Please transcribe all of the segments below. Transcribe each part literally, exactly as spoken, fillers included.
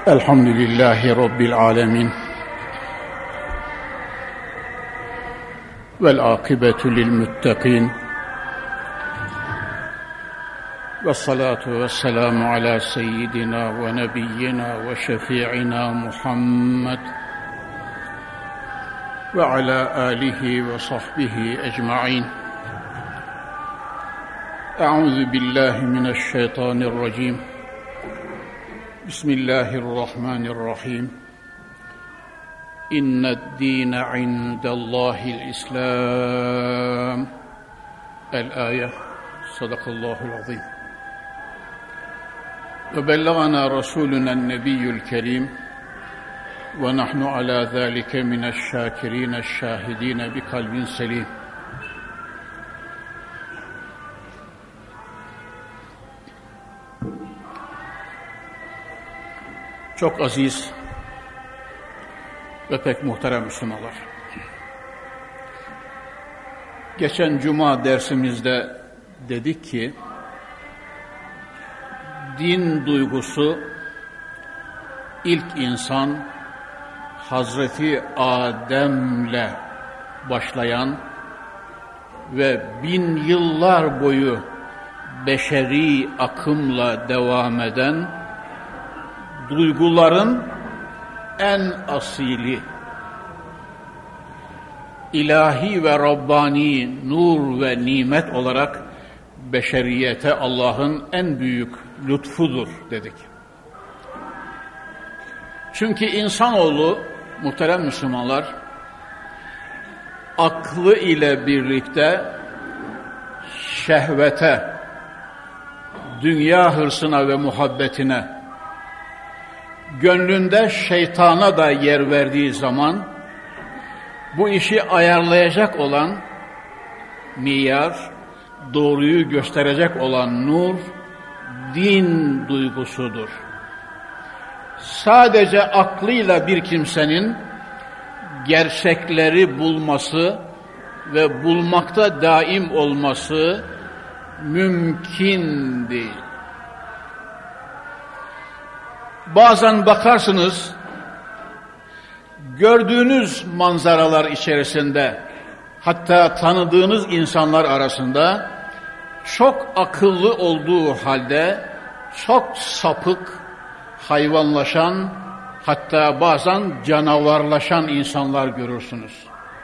Elhamdülillahi Rabbil alemin. Vel akibetu lil muttakin. Ve salatu ve selamu ala seyyidina ve nebiyyina ve şefi'ina Muhammed ve ala alihi ve sahbihi ecma'in. Euzu billahi mineşşeytanirracim. Bismillahirrahmanirrahim. İnned-dîne indellâhil İslam. El-âye. Sadakallâhul azîm. Ve bellagana rasûlünen nebiyyül kerîm. Ve nahnu alâ zâlike mineşşâkirîneşşâhidîne bi kalbin selîm. Çok aziz ve pek muhterem Müslümanlar. Geçen cuma dersimizde dedik ki, din duygusu ilk insan Hazreti Adem'le başlayan ve bin yıllar boyu beşeri akımla devam eden duyguların en asili, ilahi ve Rabbani nur ve nimet olarak beşeriyete Allah'ın en büyük lütfudur dedik. Çünkü insanoğlu, muhterem Müslümanlar, aklı ile birlikte şehvete, dünya hırsına ve muhabbetine, gönlünde şeytana da yer verdiği zaman, bu işi ayarlayacak olan miyar, doğruyu gösterecek olan nur, din duygusudur. Sadece aklıyla bir kimsenin gerçekleri bulması ve bulmakta daim olması mümkün değil. Bazen bakarsınız, gördüğünüz manzaralar içerisinde, hatta tanıdığınız insanlar arasında çok akıllı olduğu halde çok sapık, hayvanlaşan, hatta bazen canavarlaşan insanlar görürsünüz.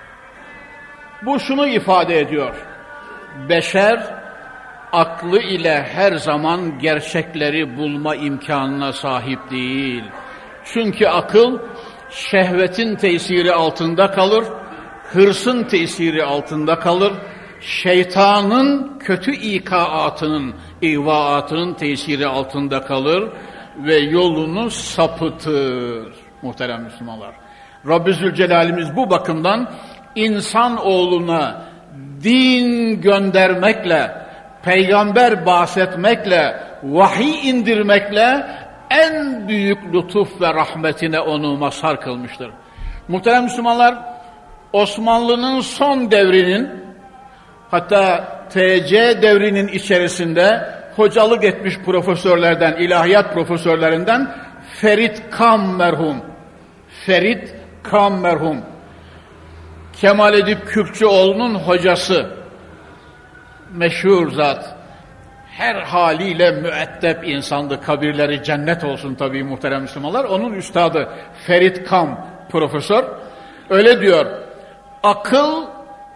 Bu şunu ifade ediyor: beşer aklı ile her zaman gerçekleri bulma imkanına sahip değil. Çünkü akıl şehvetin tesiri altında kalır, hırsın tesiri altında kalır, şeytanın kötü ikaatının, ihvaatının tesiri altında kalır ve yolunu sapıtır. Muhterem Müslümanlar, Rabbi Zülcelal'imiz bu bakımdan insanoğluna din göndermekle, peygamber bahsetmekle, vahiy indirmekle en büyük lütuf ve rahmetine onu mazhar kılmıştır. Muhterem Müslümanlar, Osmanlı'nın son devrinin, hatta T C devrinin içerisinde hocalık etmiş profesörlerden, ilahiyat profesörlerinden Ferit Kam merhum, Ferit Kam merhum, Kemal Edip Kürkçüoğlu'nun hocası, meşhur zat, her haliyle müeddep insandı, kabirleri cennet olsun tabii muhterem Müslümanlar. Onun üstadı Ferit Kam profesör öyle diyor: akıl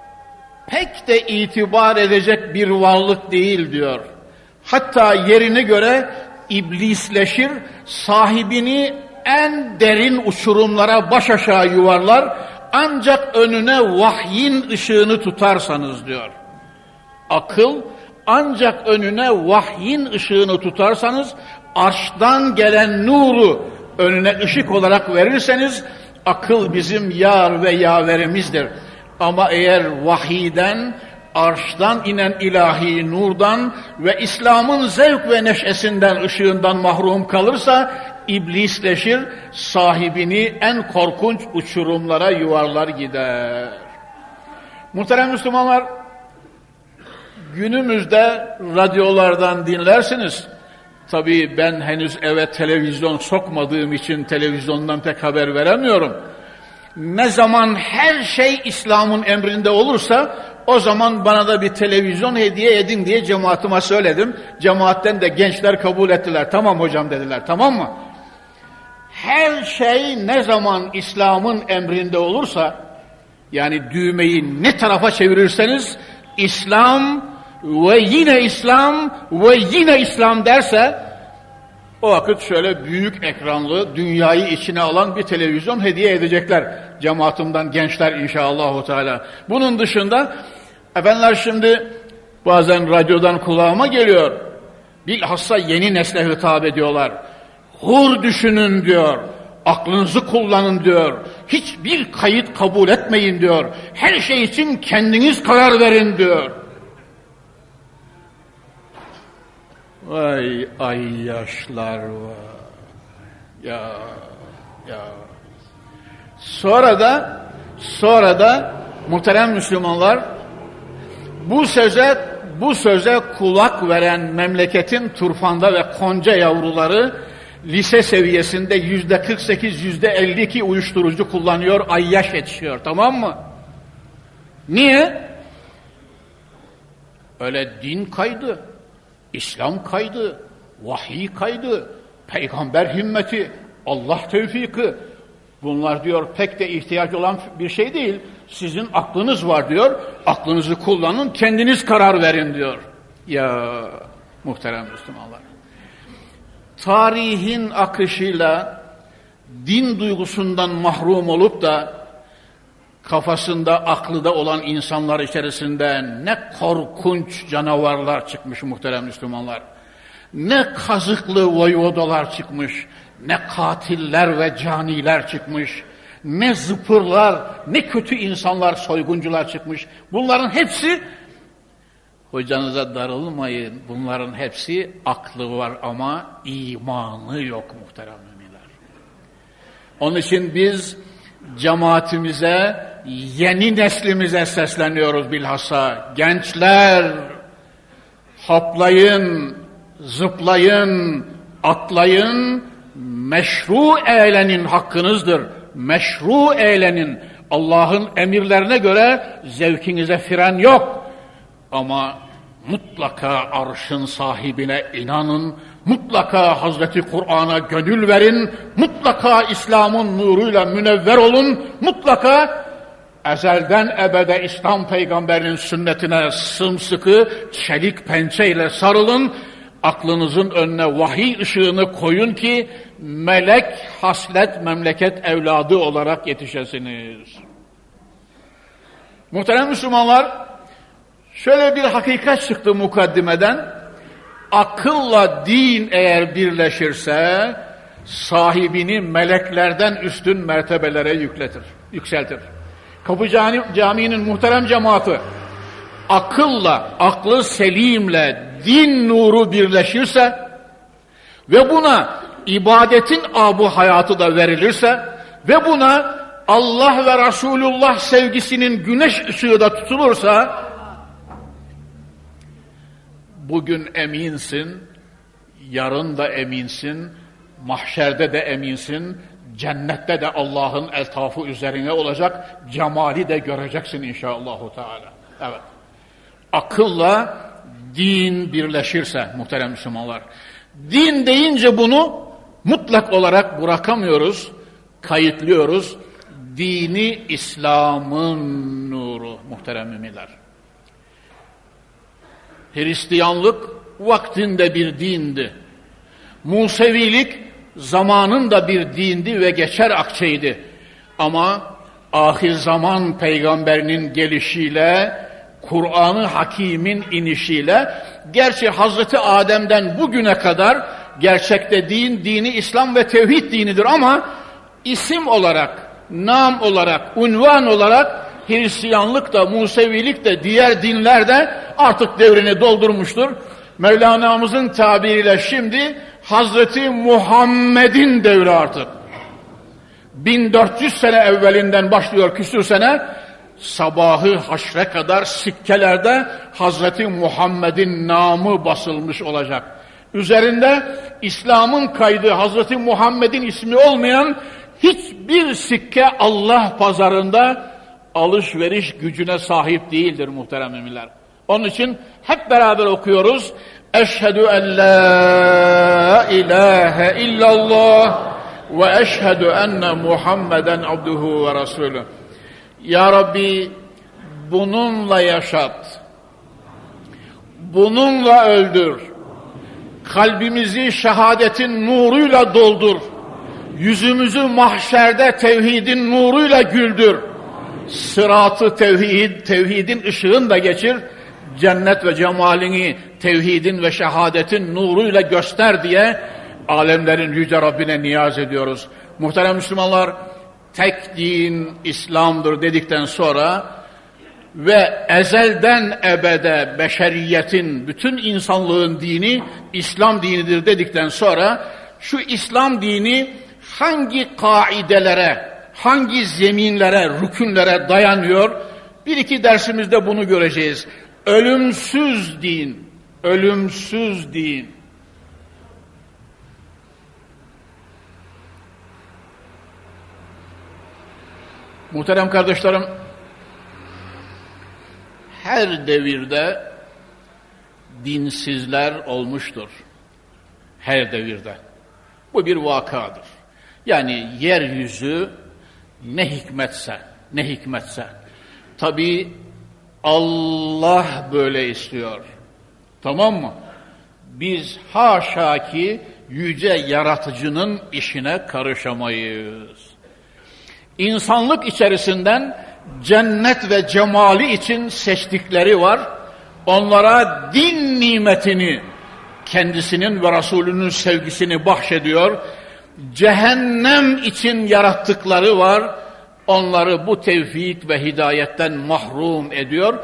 pek de itibar edecek bir varlık değil diyor. Hatta yerine göre iblisleşir, sahibini en derin uçurumlara baş aşağı yuvarlar, ancak önüne vahyin ışığını tutarsanız diyor. Akıl ancak önüne vahyin ışığını tutarsanız, arştan gelen nuru önüne ışık olarak verirseniz, akıl bizim yar ve yaverimizdir. Ama eğer vahiyden, arştan inen ilahi nurdan ve İslam'ın zevk ve neşesinden, ışığından mahrum kalırsa, iblisleşir, sahibini en korkunç uçurumlara yuvarlar gider. Muhterem Müslümanlar, günümüzde radyolardan dinlersiniz, Tabii ben henüz eve televizyon sokmadığım için televizyondan pek haber veremiyorum. Ne zaman her şey İslam'ın emrinde olursa o zaman bana da bir televizyon hediye edin diye cemaatime söyledim. Cemaatten de gençler kabul ettiler. Tamam hocam dediler, tamam mı? Her şey ne zaman İslam'ın emrinde olursa, yani düğmeyi ne tarafa çevirirseniz İslam ve yine İslam ve yine İslam derse, o vakit şöyle büyük ekranlı, dünyayı içine alan bir televizyon hediye edecekler cemaatimden gençler inşallah Teala. Bunun dışında efendiler şimdi bazen radyodan kulağıma geliyor. Bilhassa yeni nesle hitap ediyorlar. Hur düşünün diyor. Aklınızı kullanın diyor. Hiçbir kayıt kabul etmeyin diyor. Her şey için kendiniz karar verin diyor. Vay ay yaşlar var. Ya ya. Sonra da sonra da muhterem Müslümanlar, bu söze bu söze kulak veren memleketin turfanda ve konca yavruları lise seviyesinde yüzde kırk sekiz, yüzde elli iki uyuşturucu kullanıyor, ayyaş yetişiyor, tamam mı? Niye? Öyle din kaydı, İslam kaydı, vahiy kaydı, peygamber himmeti, Allah tevfiki. Bunlar diyor pek de ihtiyaç olan bir şey değil. Sizin aklınız var diyor. Aklınızı kullanın, kendiniz karar verin diyor. Ya muhterem Müslümanlar. Tarihin akışıyla din duygusundan mahrum olup da kafasında, aklı da olan insanlar içerisinde ne korkunç canavarlar çıkmış muhterem Müslümanlar. Ne kazıklı voyvodalar çıkmış, ne katiller ve caniler çıkmış, ne zıpırlar, ne kötü insanlar, soyguncular çıkmış. Bunların hepsi, hocanıza darılmayın, bunların hepsi aklı var ama imanı yok muhterem müminler. Onun için biz cemaatimize, yeni neslimize sesleniyoruz bilhassa. Gençler, hoplayın, zıplayın, atlayın, meşru eğlenin, hakkınızdır. Meşru eğlenin. Allah'ın emirlerine göre zevkinize fren yok. Ama mutlaka arşın sahibine inanın, mutlaka Hazreti Kur'an'a gönül verin, mutlaka İslam'ın nuruyla münevver olun, mutlaka ezelden ebede İslam peygamberinin sünnetine sımsıkı çelik pençeyle sarılın, aklınızın önüne vahiy ışığını koyun ki melek, haslet, memleket evladı olarak yetişesiniz. Muhterem Müslümanlar, şöyle bir hakikat çıktı mukaddimeden. Akılla din eğer birleşirse sahibini meleklerden üstün mertebelere yükletir, yükseltir. Kapı Camii'nin muhterem cemaati, akılla, aklı selimle din nuru birleşirse ve buna ibadetin abu hayatı da verilirse ve buna Allah ve Resulullah sevgisinin güneş ışığı da tutulursa, bugün eminsin, yarın da eminsin, mahşerde de eminsin, cennette de Allah'ın eltafı üzerine olacak, cemali de göreceksin inşallahü teala. Evet. Akılla din birleşirse muhterem Müslümanlar, din deyince bunu mutlak olarak bırakamıyoruz, kayıtlıyoruz. Dini İslam'ın nuru muhterem müminler. Hristiyanlık vaktinde bir dindi. Musevilik zamanında bir dindi ve geçer akçeydi. Ama ahir zaman peygamberinin gelişiyle, Kur'an-ı Hakîm'in inişiyle, gerçi Hazreti Adem'den bugüne kadar gerçekte din, dini İslam ve tevhid dinidir ama isim olarak, nam olarak, unvan olarak Hristiyanlık da, Musevilik de, diğer dinler de artık devrini doldurmuştur. Mevlana'mızın tabiriyle şimdi Hazreti Muhammed'in devri artık. bin dört yüz sene evvelinden başlıyor küsur sene, sabahı haşre kadar sikkelerde Hazreti Muhammed'in namı basılmış olacak. Üzerinde İslam'ın kaydı, Hazreti Muhammed'in ismi olmayan hiçbir sikke Allah pazarında alışveriş gücüne sahip değildir muhterem müminler. Onun için hep beraber okuyoruz. Eşhedü en la ilahe illallah ve eşhedü enne Muhammeden abduhu ve resulü. Ya Rabbi, bununla yaşat, bununla öldür, kalbimizi şehadetin nuruyla doldur, yüzümüzü mahşerde tevhidin nuruyla güldür, sıratı tevhid, tevhidin ışığını geçir, cennet ve cemalini tevhidin ve şehadetin nuruyla göster diye alemlerin yüce Rabbine niyaz ediyoruz. Muhterem Müslümanlar, tek din İslam'dır dedikten sonra ve ezelden ebede beşeriyetin, bütün insanlığın dini İslam dinidir dedikten sonra şu İslam dini hangi kaidelere, hangi zeminlere, rükünlere dayanıyor? Bir iki dersimizde bunu göreceğiz. Ölümsüz din, ölümsüz din. Muhterem kardeşlerim, her devirde dinsizler olmuştur. Her devirde. Bu bir vakadır. Yani yeryüzü ne hikmetse, ne hikmetse. Tabii Allah böyle istiyor. Tamam mı? Biz haşa ki yüce yaratıcının işine karışamayız. İnsanlık içerisinden cennet ve cemali için seçtikleri var. Onlara din nimetini, kendisinin ve Resulünün sevgisini bahşediyor. Cehennem için yarattıkları var. Onları bu tevfik ve hidayetten mahrum ediyor.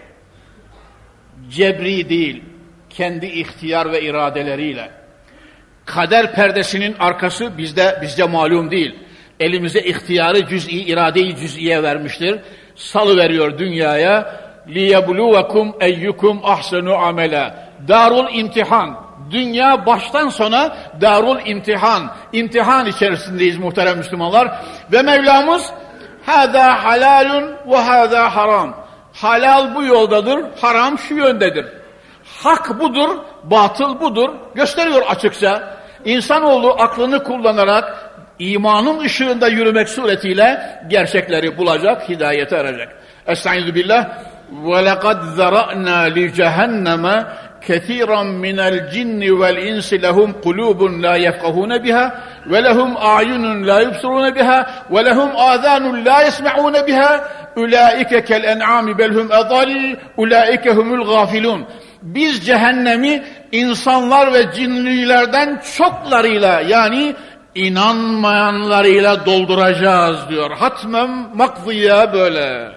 Cebri değil, kendi ihtiyar ve iradeleriyle. Kader perdesinin arkası bizde bizce malum değil. Elimize ihtiyarı cüz'i, iradeyi cüz'iye vermiştir. Salıveriyor dünyaya. لِيَبْلُوَكُمْ اَيُّكُمْ اَحْسَنُ عَمَلًا. Darul imtihan. Dünya baştan sona darul imtihan. İmtihan içerisindeyiz muhterem Müslümanlar. Ve Mevlamız hâzâ halâlun ve hâzâ haram. Halal bu yoldadır, haram şu yöndedir. Hak budur, batıl budur. Gösteriyor açıkça. İnsanoğlu aklını kullanarak imanın ışığında yürümek suretiyle gerçekleri bulacak, hidayete erecek. Estaizu billah. وَلَقَدْ ذَرَأْنَا لِجَهَنَّمَ كَثِيرًا مِنَ الْجِنِّ وَالْاِنْسِ لَهُمْ قُلُوبٌ لَا يَفْقَهُونَ بِهَا وَلَهُمْ أَعْيُنٌ لَا يُبْصِرُونَ بِهَا وَلَهُمْ آذَانٌ لَا يَسْمَعُونَ بِهَا اُولَٰئِكَ كَالْاَنْعَامِ بَلْ هُمْ اَضَلُّ اُولَٰئِكَ هُمُ الْغَافِلُونَ. Biz cehennemi insanlar ve cinlilerden çoklarıyla, yani inanmayanlarıyla dolduracağız diyor. Hatmem makziye böyle.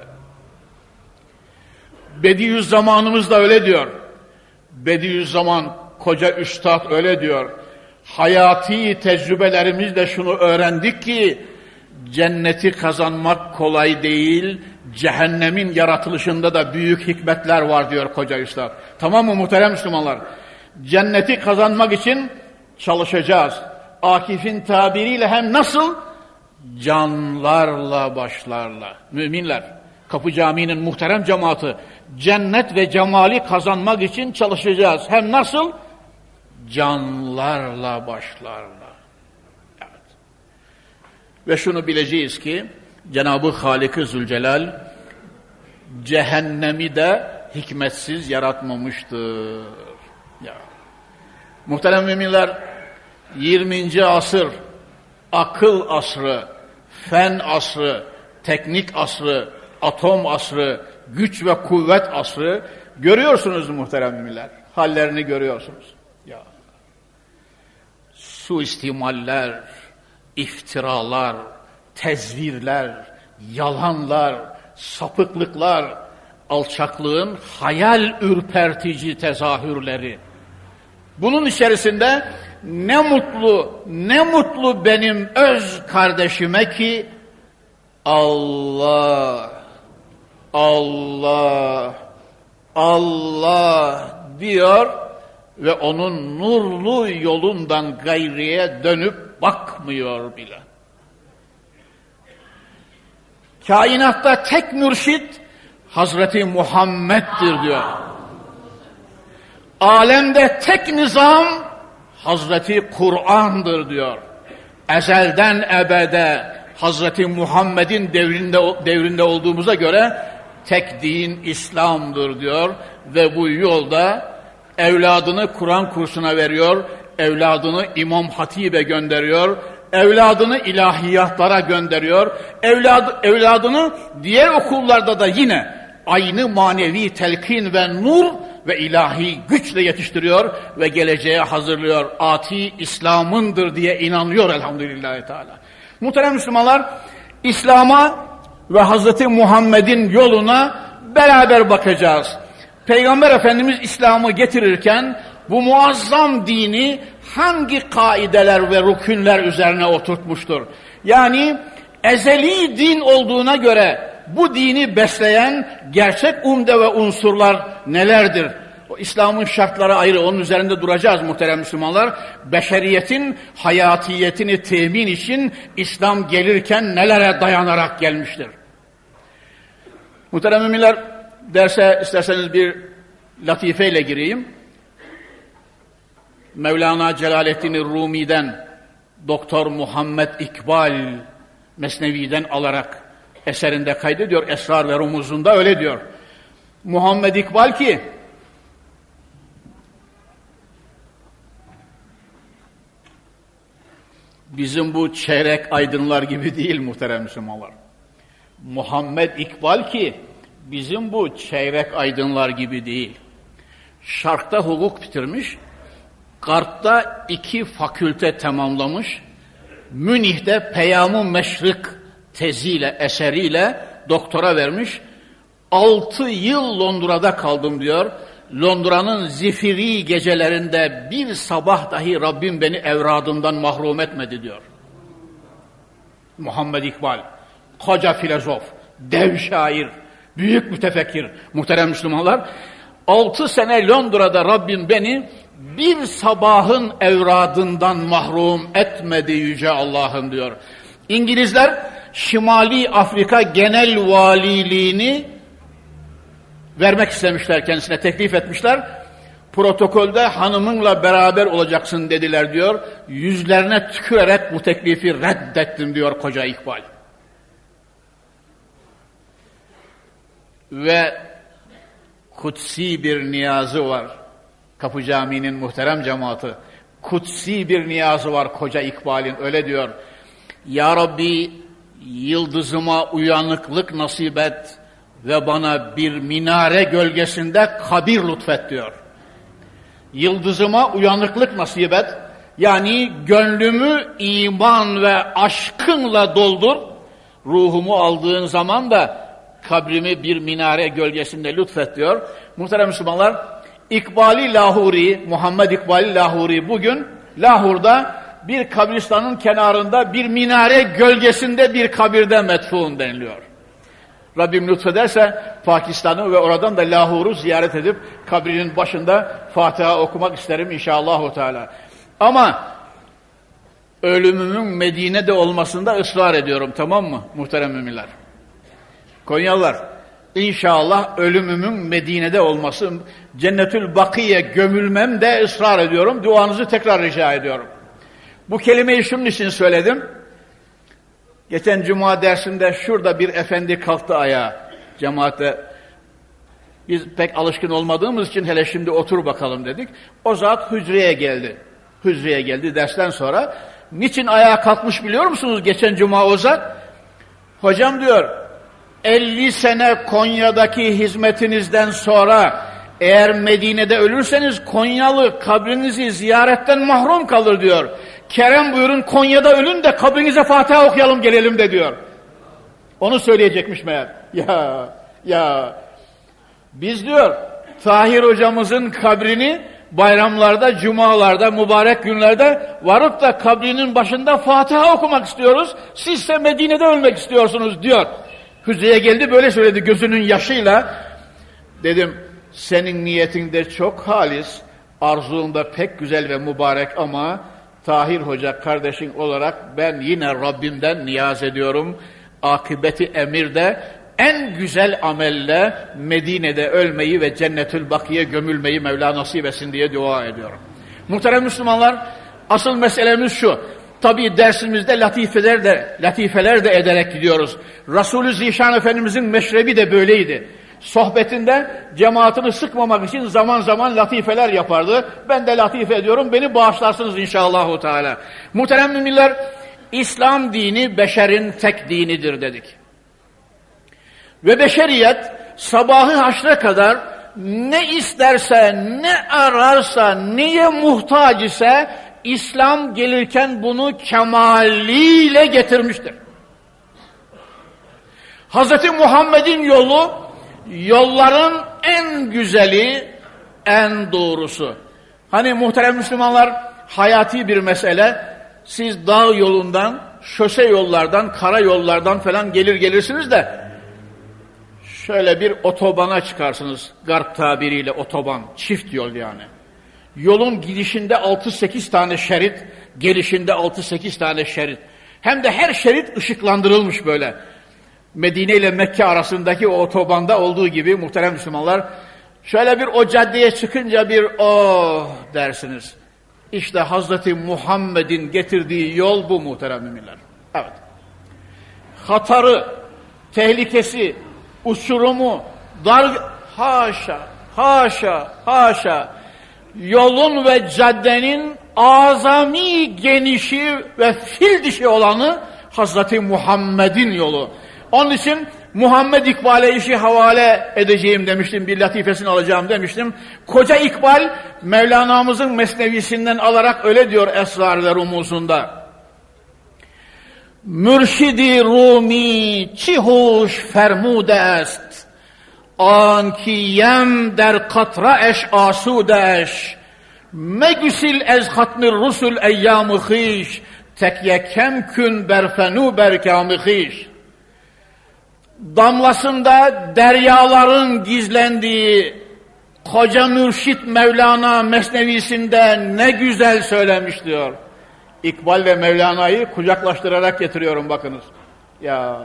Bediüzzamanımız da öyle diyor. Bediüzzaman koca üstad öyle diyor. Hayati tecrübelerimizle şunu öğrendik ki cenneti kazanmak kolay değil, cehennemin yaratılışında da büyük hikmetler var diyor koca üstad. Tamam mı muhterem Müslümanlar? Cenneti kazanmak için çalışacağız. Akif'in tabiriyle hem nasıl? Canlarla başlarla. Müminler, Kapı Camii'nin muhterem cemaati, cennet ve cemali kazanmak için çalışacağız. Hem nasıl? Canlarla başlarla. Evet. Ve şunu bileceğiz ki Cenab-ı Halik-i Zülcelal cehennemi de hikmetsiz yaratmamıştır. Ya. Muhterem müminler, yirminci asır, akıl asrı, fen asrı, teknik asrı, atom asrı, güç ve kuvvet asrı görüyorsunuz muhterem müminler. Hallerini görüyorsunuz. Ya. Suistimaller, iftiralar, tezvirler, yalanlar, sapıklıklar, alçaklığın hayal ürpertici tezahürleri. Bunun içerisinde ne mutlu, ne mutlu benim öz kardeşime ki Allah, Allah, Allah diyor ve onun nurlu yolundan gayriye dönüp bakmıyor bile. Kainatta tek mürşit Hazreti Muhammed'dir diyor. Alemde tek nizam Hazreti Kur'an'dır diyor. Ezelden ebede Hazreti Muhammed'in devrinde devrinde olduğumuza göre tek din İslam'dır diyor ve bu yolda evladını Kur'an kursuna veriyor, evladını İmam Hatip'e gönderiyor, evladını ilahiyatlara gönderiyor, evladı, evladını diğer okullarda da yine aynı manevi telkin ve nur ve ilahi güçle yetiştiriyor ve geleceğe hazırlıyor. Ati İslam'ındır diye inanıyor elhamdülillahi teala. Muhterem Müslümanlar, İslam'a ve Hazreti Muhammed'in yoluna beraber bakacağız. Peygamber Efendimiz İslam'ı getirirken bu muazzam dini hangi kaideler ve rükünler üzerine oturtmuştur? Yani ezeli din olduğuna göre bu dini besleyen gerçek umde ve unsurlar nelerdir? İslam'ın şartları ayrı, onun üzerinde duracağız muhterem Müslümanlar. Beşeriyetin hayatiyetini temin için İslam gelirken nelere dayanarak gelmiştir? Muhterem müminler, derse isterseniz bir latifeyle gireyim. Mevlana Celaleddin Rumi'den Doktor Muhammed İkbal Mesnevi'den alarak eserinde kaydediyor. Esrar ve Rumuz'unda öyle diyor. Muhammed İkbal ki bizim bu çeyrek aydınlar gibi değil muhterem Müslümanlar. Muhammed İkbal ki bizim bu çeyrek aydınlar gibi değil. Şark'ta hukuk bitirmiş, Garp'ta iki fakülte tamamlamış, Münih'te Peyam-ı Meşrik teziyle, eseriyle doktora vermiş. Altı yıl Londra'da kaldım diyor. Londra'nın zifiri gecelerinde bir sabah dahi Rabbim beni evradından mahrum etmedi diyor. Muhammed İkbal, koca filozof, dev şair, büyük mütefekkir, muhterem Müslümanlar. Altı sene Londra'da Rabbim beni bir sabahın evradından mahrum etmedi yüce Allah'ım diyor. İngilizler Şimali Afrika Genel Valiliğini vermek istemişler, kendisine teklif etmişler. Protokolde hanımınla beraber olacaksın dediler diyor. Yüzlerine tükürerek bu teklifi reddettim diyor koca İkbal. Ve kutsi bir niyazı var. Kapı Camii'nin muhterem cemaati. Kutsi bir niyazı var koca İkbal'in, öyle diyor. Ya Rabbi, yıldızıma uyanıklık nasip et ve bana bir minare gölgesinde kabir lütfet diyor. Yıldızıma uyanıklık nasip et, yani gönlümü iman ve aşkınla doldur, ruhumu aldığın zaman da kabrimi bir minare gölgesinde lütfet diyor. Muhterem Müslümanlar, İkbali Lahuri, Muhammed İkbali Lahuri bugün Lahor'da bir kabristanın kenarında bir minare gölgesinde bir kabirde metfun deniliyor. Rabbim lütfederse Pakistan'ı ve oradan da Lahor'u ziyaret edip kabrinin başında Fatiha okumak isterim inşallah Teala. Ama ölümümün Medine'de olmasında ısrar ediyorum, tamam mı muhterem müminler? Konyalılar, İnşallah ölümümün Medine'de olması, Cennetül Bakiye gömülmem de ısrar ediyorum. Duanızı tekrar rica ediyorum. Bu kelimeyi şunun için söyledim. Geçen cuma dersinde şurada bir efendi kalktı ayağa cemaate. Biz pek alışkın olmadığımız için hele şimdi otur bakalım dedik. O zat hücreye geldi. Hücreye geldi dersten sonra. Niçin ayağa kalkmış biliyor musunuz geçen cuma o zat? Hocam diyor, elli sene Konya'daki hizmetinizden sonra eğer Medine'de ölürseniz Konyalı kabrinizi ziyaretten mahrum kalır diyor. Kerem buyurun, Konya'da ölün de kabrinize Fatiha okuyalım gelelim de diyor. Onu söyleyecekmiş meğer. Ya ya biz diyor Tahir hocamızın kabrini bayramlarda, cumalarda, mübarek günlerde varıp da kabrinin başında Fatiha okumak istiyoruz. Siz ise Medine'de ölmek istiyorsunuz diyor. Hücreye geldi, böyle söyledi gözünün yaşıyla. Dedim senin niyetinde çok halis Arzun da pek güzel ve mübarek ama Tahir Hoca kardeşin olarak ben yine Rabbimden niyaz ediyorum. Akıbeti emirde en güzel amelle Medine'de ölmeyi ve Cennetül Bakiye gömülmeyi Mevla nasip etsin diye dua ediyorum. Muhterem Müslümanlar, asıl meselemiz şu. Tabii dersimizde latifeler de, latifeler de ederek gidiyoruz. Resulü Zişan Efendimizin meşrebi de böyleydi. Sohbetinde cemaatini sıkmamak için zaman zaman latifeler yapardı. Ben de latife ediyorum, beni bağışlarsınız inşallah Teala. Muhterem müminler, İslam dini beşerin tek dinidir dedik. Ve beşeriyet sabahı haşre kadar ne isterse, ne ararsa, neye muhtaç ise İslam gelirken bunu kemaliyle getirmiştir. Hazreti Muhammed'in yolu, yolların en güzeli, en doğrusu. Hani muhterem Müslümanlar, hayati bir mesele, siz dağ yolundan, şose yollardan, kara yollardan falan gelir gelirsiniz de, şöyle bir otobana çıkarsınız, garp tabiriyle otoban, çift yol yani. Yolun gidişinde altı sekiz tane şerit, gelişinde altı sekiz tane şerit. Hem de her şerit ışıklandırılmış böyle. Medine ile Mekke arasındaki o otobanda olduğu gibi muhterem Müslümanlar, şöyle bir o caddeye çıkınca bir oh dersiniz. İşte Hazreti Muhammed'in getirdiği yol bu muhterem müminler. Evet. Hatarı, tehlikesi, uçurumu, dar, haşa, haşa, haşa. Yolun ve caddenin azami genişi ve fil dişi olanı Hazreti Muhammed'in yolu. Onun için Muhammed İkbal'e işi havale edeceğim demiştim, bir latifesini alacağım demiştim. Koca İkbal, Mevlana'mızın mesnevisinden alarak öyle diyor Esrar ve Rumuzunda. Mürşidi Rumi çi hoş fermude est, anki yem der katra eş asudeş, megüsil ez hatmir rusul eyyam-ı khiş, tekye kem kün berfenu berkam-ı khiş. Damlasında deryaların gizlendiği koca mürşit Mevlana mesnevisinde ne güzel söylemiş diyor. İkbal ve Mevlana'yı kucaklaştırarak getiriyorum bakınız. Ya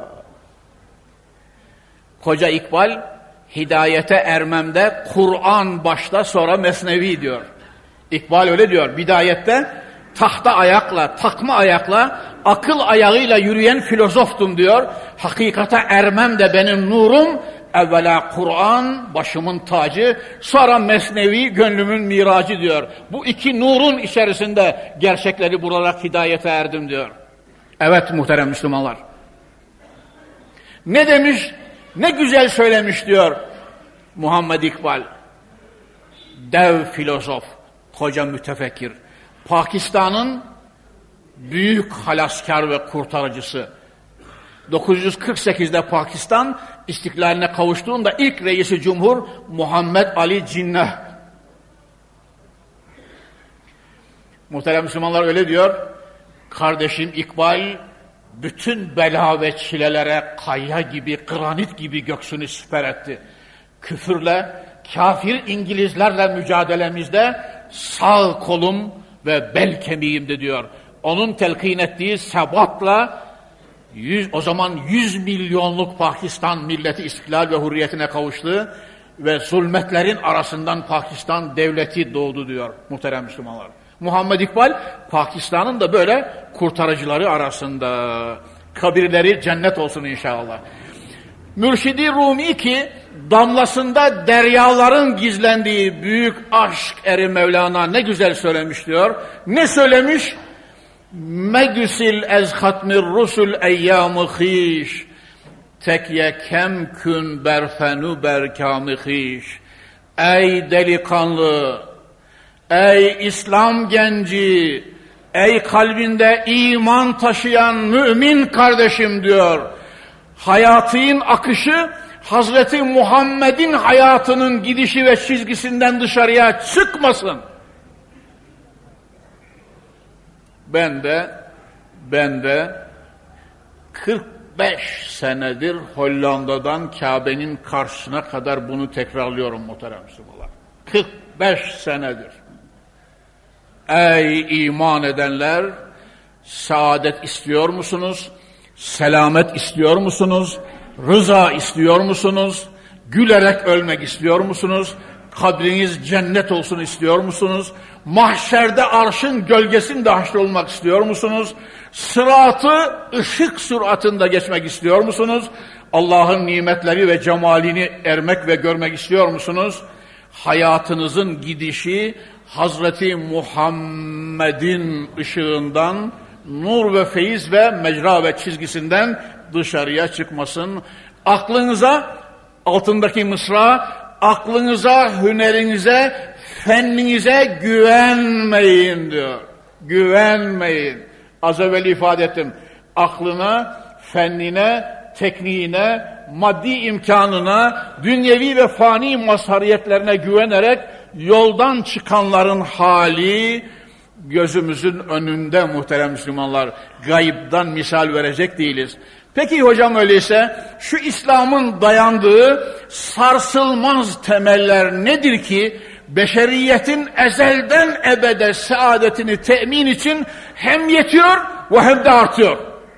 koca İkbal hidayete ermemde Kur'an başta sonra mesnevi diyor. İkbal öyle diyor. Bidayette tahta ayakla, takma ayakla, akıl ayağıyla yürüyen filozoftum diyor. Hakikate ermem de benim nurum, evvela Kur'an, başımın tacı, sonra mesnevi, gönlümün miracı diyor. Bu iki nurun içerisinde gerçekleri bularak hidayete erdim diyor. Evet muhterem Müslümanlar. Ne demiş, ne güzel söylemiş diyor Muhammed İkbal. Dev filozof, koca mütefekkir. Pakistan'ın büyük halaskar ve kurtarıcısı. dokuz yüz kırk sekizde Pakistan istiklaline kavuştuğunda ilk reisi cumhur Muhammed Ali Cinnah. Muhterem Müslümanlar öyle diyor. Kardeşim İkbal bütün bela ve çilelere kaya gibi, granit gibi göksünü siper etti. Küfürle, kafir İngilizlerle mücadelemizde sağ kolum ve bel kemiğimdi diyor. Onun telkin ettiği sebatla yüz, o zaman yüz milyonluk Pakistan milleti istiklal ve hürriyetine kavuştu ve zulmetlerin arasından Pakistan devleti doğdu diyor muhterem Müslümanlar. Muhammed İkbal Pakistan'ın da böyle kurtarıcıları arasında. Kabirleri cennet olsun inşallah. Mürşidi Rumi ki damlasında deryaların gizlendiği büyük aşk eri Mevlana ne güzel söylemiş diyor. Ne söylemiş? Megüsil ez hatmir rusul eyyam-ı khiş, tekye kem kün berfenu berkam-ı khiş. Ey delikanlı, ey İslam genci, ey kalbinde iman taşıyan mümin kardeşim diyor. Hayatın akışı Hazreti Muhammed'in hayatının gidişi ve çizgisinden dışarıya çıkmasın. Ben de ben de kırk beş senedir Hollanda'dan Kabe'nin karşısına kadar bunu tekrarlıyorum muhterem Müslümanlar. kırk beş senedir. Ey iman edenler, saadet istiyor musunuz? Selamet istiyor musunuz? Rıza istiyor musunuz? Gülerek ölmek istiyor musunuz? Kabriniz cennet olsun istiyor musunuz? Mahşerde arşın gölgesinde haşrolmak istiyor musunuz? Sıratı ışık süratında geçmek istiyor musunuz? Allah'ın nimetleri ve cemalini ermek ve görmek istiyor musunuz? Hayatınızın gidişi Hazreti Muhammed'in ışığından, nur ve feyiz ve mecra ve çizgisinden dışarıya çıkmasın. Aklınıza, altındaki mısra, aklınıza, hünerinize, fenninize güvenmeyin diyor. Güvenmeyin. Az evvel ifade ettim. Aklına, fennine, tekniğine, maddi imkanına, dünyevi ve fani mazhariyetlerine güvenerek yoldan çıkanların hali gözümüzün önünde muhterem Müslümanlar. Gayipten misal verecek değiliz. Peki hocam öyleyse şu İslam'ın dayandığı sarsılmaz temeller nedir ki beşeriyetin ezelden ebede saadetini temin için hem yetiyor ve hem de artıyor?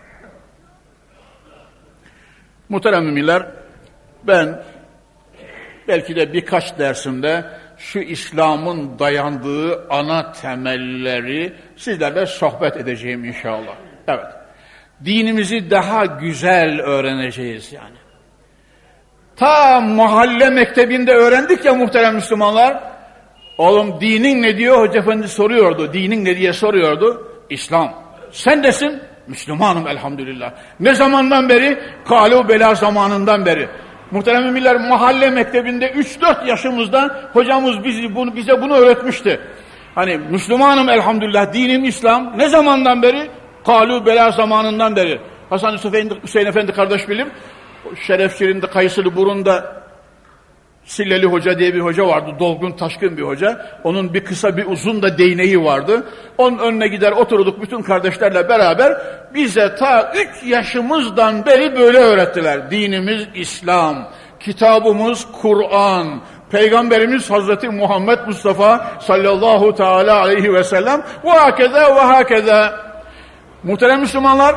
Muhterem müminler, ben belki de birkaç dersimde şu İslam'ın dayandığı ana temelleri sizlerle sohbet edeceğim inşallah. Evet. Dinimizi daha güzel öğreneceğiz yani. Ta mahalle mektebinde öğrendik ya muhterem Müslümanlar. Oğlum dinin ne diyor? Hoca efendi soruyordu. Dinin ne diye soruyordu? İslam. Sen desin? Müslümanım elhamdülillah. Ne zamandan beri? Kalu bela zamanından beri. Muhterem müminler, mahalle mektebinde üç dört yaşımızda hocamız bizi bunu, bize bunu öğretmişti. Hani Müslümanım elhamdülillah, dinim İslam. Ne zamandan beri? Kalu bela zamanından beri. Hasan Hüseyin, Hüseyin Efendi kardeş bilir. Şerefçi'nin de Kayısılı Burun'da Silleli Hoca diye bir hoca vardı. Dolgun, taşkın bir hoca. Onun bir kısa bir uzun da değneği vardı. Onun önüne gider oturduk bütün kardeşlerle beraber. Bize ta üç yaşımızdan beri böyle öğrettiler. Dinimiz İslam, kitabımız Kur'an, Peygamberimiz Hazreti Muhammed Mustafa sallallahu teala aleyhi ve sellem ve hakeza ve hakeza. Muhterem Müslümanlar,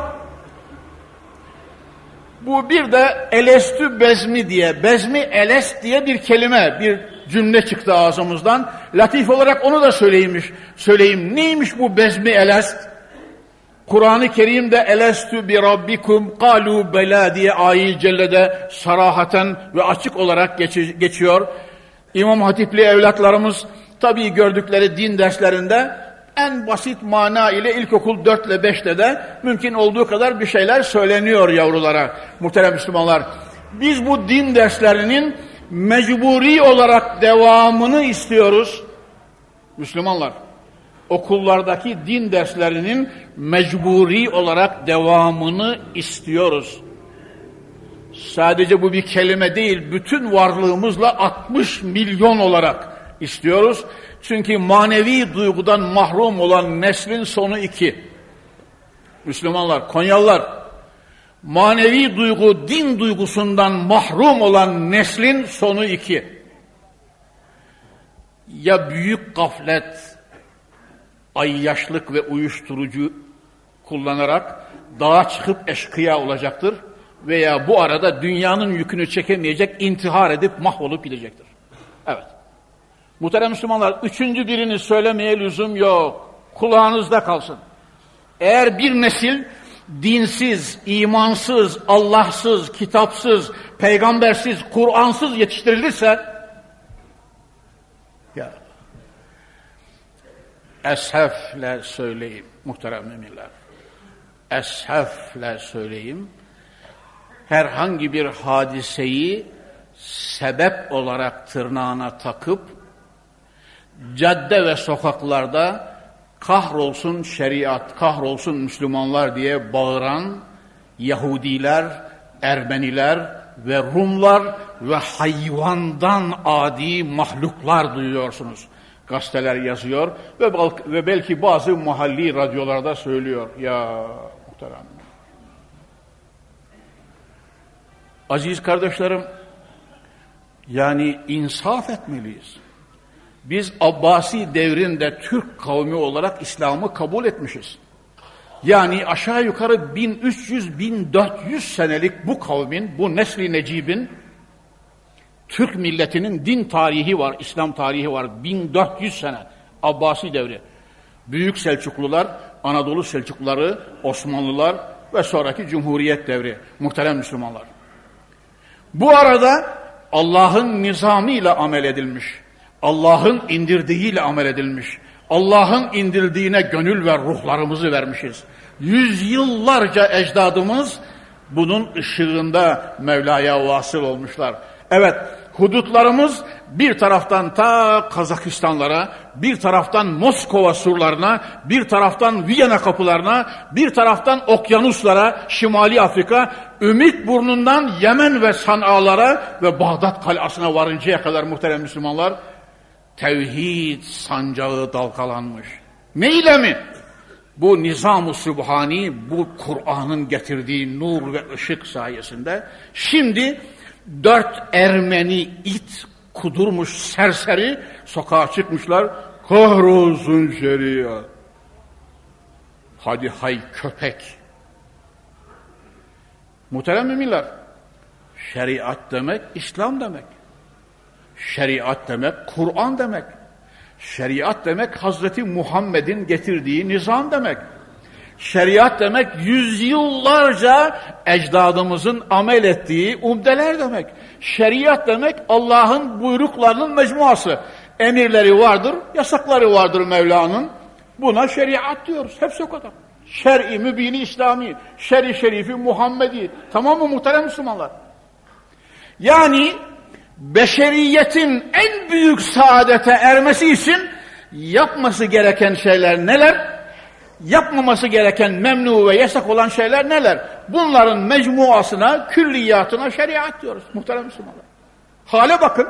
bu bir de elestü bezmi diye, bezmi elest diye bir kelime, bir cümle çıktı ağzımızdan. Latif olarak onu da söyleyeyim. söyleyeyim. Neymiş bu bezmi elest? Kur'an-ı Kerim'de elestü bi rabbikum kalu bela diye ayet-i cellede sarahaten ve açık olarak geç- geçiyor. İmam Hatipli evlatlarımız tabii gördükleri din derslerinde en basit mana ile ilkokul dört ile beşte de mümkün olduğu kadar bir şeyler söyleniyor yavrulara. Muhterem Müslümanlar, biz bu din derslerinin mecburi olarak devamını istiyoruz. Müslümanlar, okullardaki din derslerinin mecburi olarak devamını istiyoruz. Sadece bu bir kelime değil, bütün varlığımızla altmış milyon olarak istiyoruz. Çünkü manevi duygudan mahrum olan neslin sonu iki. Müslümanlar, Konyalılar, manevi duygu, din duygusundan mahrum olan neslin sonu iki. Ya büyük gaflet, ayyaşlık ve uyuşturucu kullanarak dağa çıkıp eşkıya olacaktır veya bu arada dünyanın yükünü çekemeyecek, intihar edip mahvolup gidecektir. Evet. Muhterem Müslümanlar, üçüncü birini söylemeye lüzum yok. Kulağınızda kalsın. Eğer bir nesil dinsiz, imansız, Allahsız, kitapsız, peygambersiz, Kur'ansız yetiştirilirse, ya esefle söyleyeyim muhterem müminler, esefle söyleyeyim, herhangi bir hadiseyi sebep olarak tırnağına takıp cadde ve sokaklarda kahrolsun şeriat, kahrolsun Müslümanlar diye bağıran Yahudiler, Ermeniler ve Rumlar ve hayvandan adi mahluklar duyuyorsunuz. Gazeteler yazıyor ve, ve belki bazı mahalli radyolarda söylüyor. Ya muhterem. Aziz kardeşlerim, yani insaf etmeliyiz. Biz Abbasi devrinde Türk kavmi olarak İslam'ı kabul etmişiz. Yani aşağı yukarı bin üç yüz bin dört yüz senelik bu kavmin, bu nesli necibin, Türk milletinin din tarihi var, İslam tarihi var. bin dört yüz sene Abbasi devri. Büyük Selçuklular, Anadolu Selçukluları, Osmanlılar ve sonraki Cumhuriyet devri. Muhterem Müslümanlar. Bu arada Allah'ın nizamıyla amel edilmiş. Allah'ın indirdiğiyle amel edilmiş. Allah'ın indirdiğine gönül ve ruhlarımızı vermişiz. Yüzyıllarca ecdadımız bunun ışığında Mevla'ya vasıl olmuşlar. Evet, hudutlarımız bir taraftan ta Kazakistanlara, bir taraftan Moskova surlarına, bir taraftan Viyana kapılarına, bir taraftan okyanuslara, Şimali Afrika, Ümit burnundan Yemen ve San'alara ve Bağdat kalasına varıncaya kadar muhterem Müslümanlar, tevhid sancağı dalgalanmış. Ne ile mi? Bu Nizam-ı Sübhani, bu Kur'an'ın getirdiği nur ve ışık sayesinde şimdi dört Ermeni it kudurmuş serseri sokağa çıkmışlar. Kahrolsun şeriat. Hadi hay köpek. Muhterem müminler, şeriat demek İslam demek. Şeriat demek Kur'an demek. Şeriat demek Hazreti Muhammed'in getirdiği nizam demek. Şeriat demek yüzyıllarca ecdadımızın amel ettiği umdeler demek. Şeriat demek Allah'ın buyruklarının mecmuası. Emirleri vardır, yasakları vardır Mevla'nın. Buna şeriat diyoruz. Hepsi o kadar. Şer'i mübini İslami, şer'i şerifi Muhammedi. Tamam mı muhterem Müslümanlar? Yani beşeriyetin en büyük saadete ermesi için yapması gereken şeyler neler? Yapmaması gereken memnu ve yasak olan şeyler neler? Bunların mecmuasına, külliyatına şeriat diyoruz muhterem Müslümanlar. Hale bakın.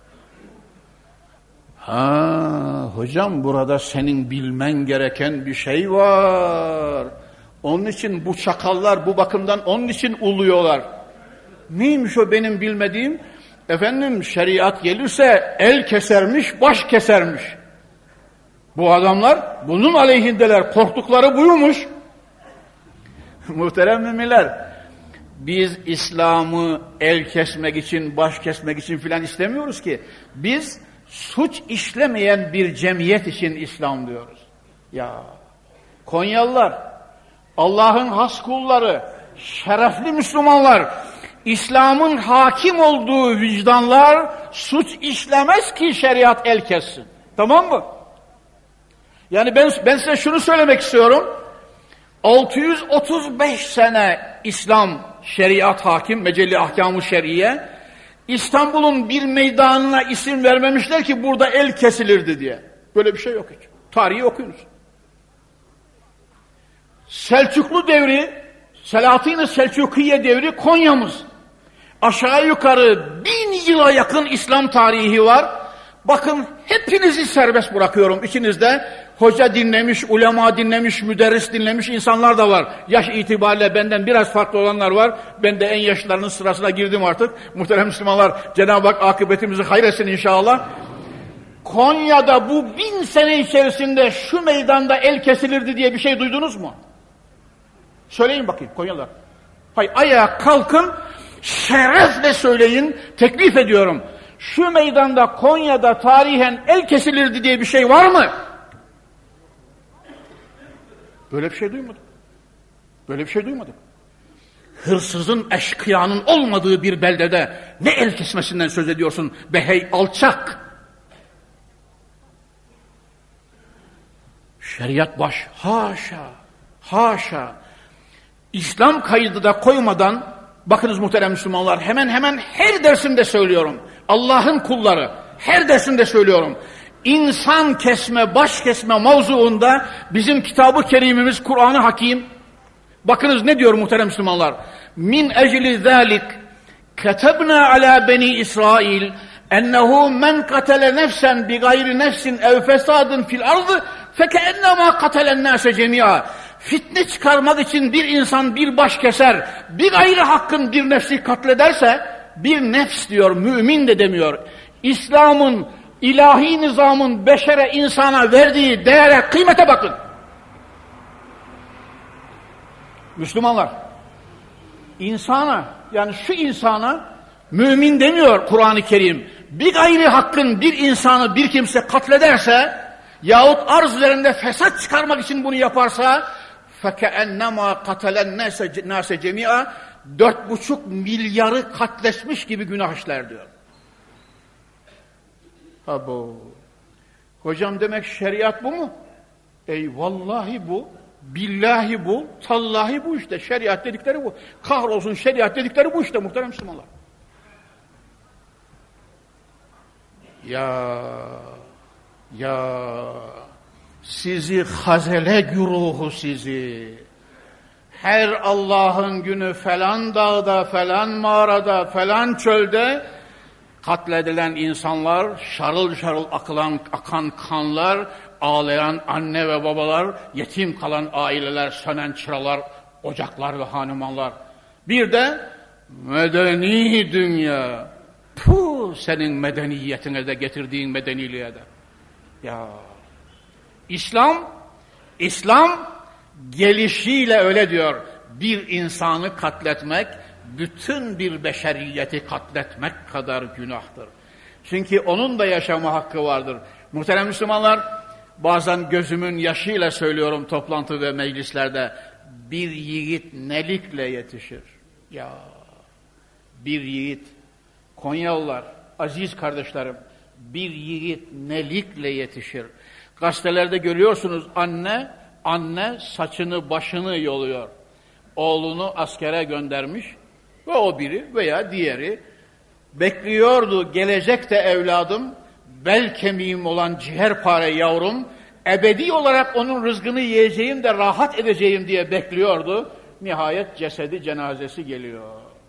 Ha hocam, burada senin bilmen gereken bir şey var. Onun için bu çakallar bu bakımdan onun için uluyorlar. Neymiş o benim bilmediğim? Efendim şeriat gelirse el kesermiş, baş kesermiş. Bu adamlar bunun aleyhindeler. Korktukları buymuş. Muhterem müminler, biz İslam'ı el kesmek için, baş kesmek için filan istemiyoruz ki. Biz suç işlemeyen bir cemiyet için İslam diyoruz. Ya Konyalılar, Allah'ın has kulları, şerefli Müslümanlar, İslam'ın hakim olduğu vicdanlar suç işlemez ki şeriat el kessin. Tamam mı? Yani ben, ben size şunu söylemek istiyorum. altı yüz otuz beş sene İslam şeriat hakim, Mecelli Ahkam-ı Şer'iye. İstanbul'un bir meydanına isim vermemişler ki burada el kesilirdi diye. Böyle bir şey yok hiç. Tarihi okuyunuz. Selçuklu devri, Selahattin-i Selçukiye devri Konya'mız. Aşağı yukarı bin yıla yakın İslam tarihi var. Bakın hepinizi serbest bırakıyorum. İçinizde hoca dinlemiş, ulema dinlemiş, müderris dinlemiş insanlar da var. Yaş itibariyle benden biraz farklı olanlar var. Ben de en yaşlılarının sırasına girdim artık. Muhterem Müslümanlar, Cenab-ı Hak akıbetimizi hayretsin inşallah. Konya'da bu bin sene içerisinde şu meydanda el kesilirdi diye bir şey duydunuz mu? Söyleyin bakayım Konyalılar. Hayır, ayağa kalkın, şerefle söyleyin, teklif ediyorum. Şu meydanda Konya'da tarihen el kesilirdi diye bir şey var mı? Böyle bir şey duymadım. Böyle bir şey duymadım. Hırsızın, eşkıyanın olmadığı bir beldede ne el kesmesinden söz ediyorsun be hey alçak? Şeriat baş, haşa, haşa. İslam kaydı da koymadan, bakınız muhterem Müslümanlar, hemen hemen her dersimde söylüyorum. Allah'ın kulları, her dersimde söylüyorum. İnsan kesme, baş kesme mevzuunda bizim kitabı kerimimiz Kur'an-ı Hakim. Bakınız ne diyor muhterem Müslümanlar? Min ecli zâlik ketebna ala beni İsrail ennehu men katele nefsen bi gayri nefsin ev fesadın fil ardı fekeennema katelen nâse cemî'a. Fitne çıkarmak için bir insan bir baş keser, bir gayri hakkın bir nefsi katlederse, bir nefs diyor, mümin de demiyor. İslam'ın İlahi nizamın beşere, insana verdiği değere, kıymete bakın. Müslümanlar, insana, yani şu insana mümin demiyor Kur'an-ı Kerim. Bir gayri hakkın bir insanı bir kimse katlederse yahut arz üzerinde fesat çıkarmak için bunu yaparsa فَكَأَنَّمَا قَتَلَ النَّاسَ جَمِيعًا dört buçuk milyarı katleşmiş gibi günah işler diyor. Ha bu. Hocam demek şeriat bu mu? Ey vallahi bu, billahi bu, tallahi bu işte. Şeriat dedikleri bu. Kahrolsun şeriat dedikleri bu işte muhterem Müslümanlar. Ya, ya, sizi hazele güruhu sizi. Her Allah'ın günü falan dağda, falan mağarada, falan çölde katledilen insanlar, şarıl şarıl akılan, akan kanlar, ağlayan anne ve babalar, yetim kalan aileler, sönen çıralar, ocaklar ve hanımanlar. Bir de medeni dünya. Puh, senin medeniyetine de getirdiğin medeniliğe de. Ya, İslam, İslam gelişiyle öyle diyor. Bir insanı katletmek, bütün bir beşeriyeti katletmek kadar günahtır. Çünkü onun da yaşama hakkı vardır. Muhterem Müslümanlar, bazen gözümün yaşıyla söylüyorum toplantı ve meclislerde, bir yiğit nelikle yetişir. Ya, bir yiğit, Konyalılar, aziz kardeşlerim, bir yiğit nelikle yetişir. Gazetelerde görüyorsunuz, anne, anne saçını başını yoluyor. Oğlunu askere göndermiş ve o biri veya diğeri bekliyordu, gelecek de evladım, bel kemiğim olan ciğerpare yavrum, ebedi olarak onun rızkını yiyeceğim de rahat edeceğim diye bekliyordu. Nihayet cesedi, cenazesi geliyor.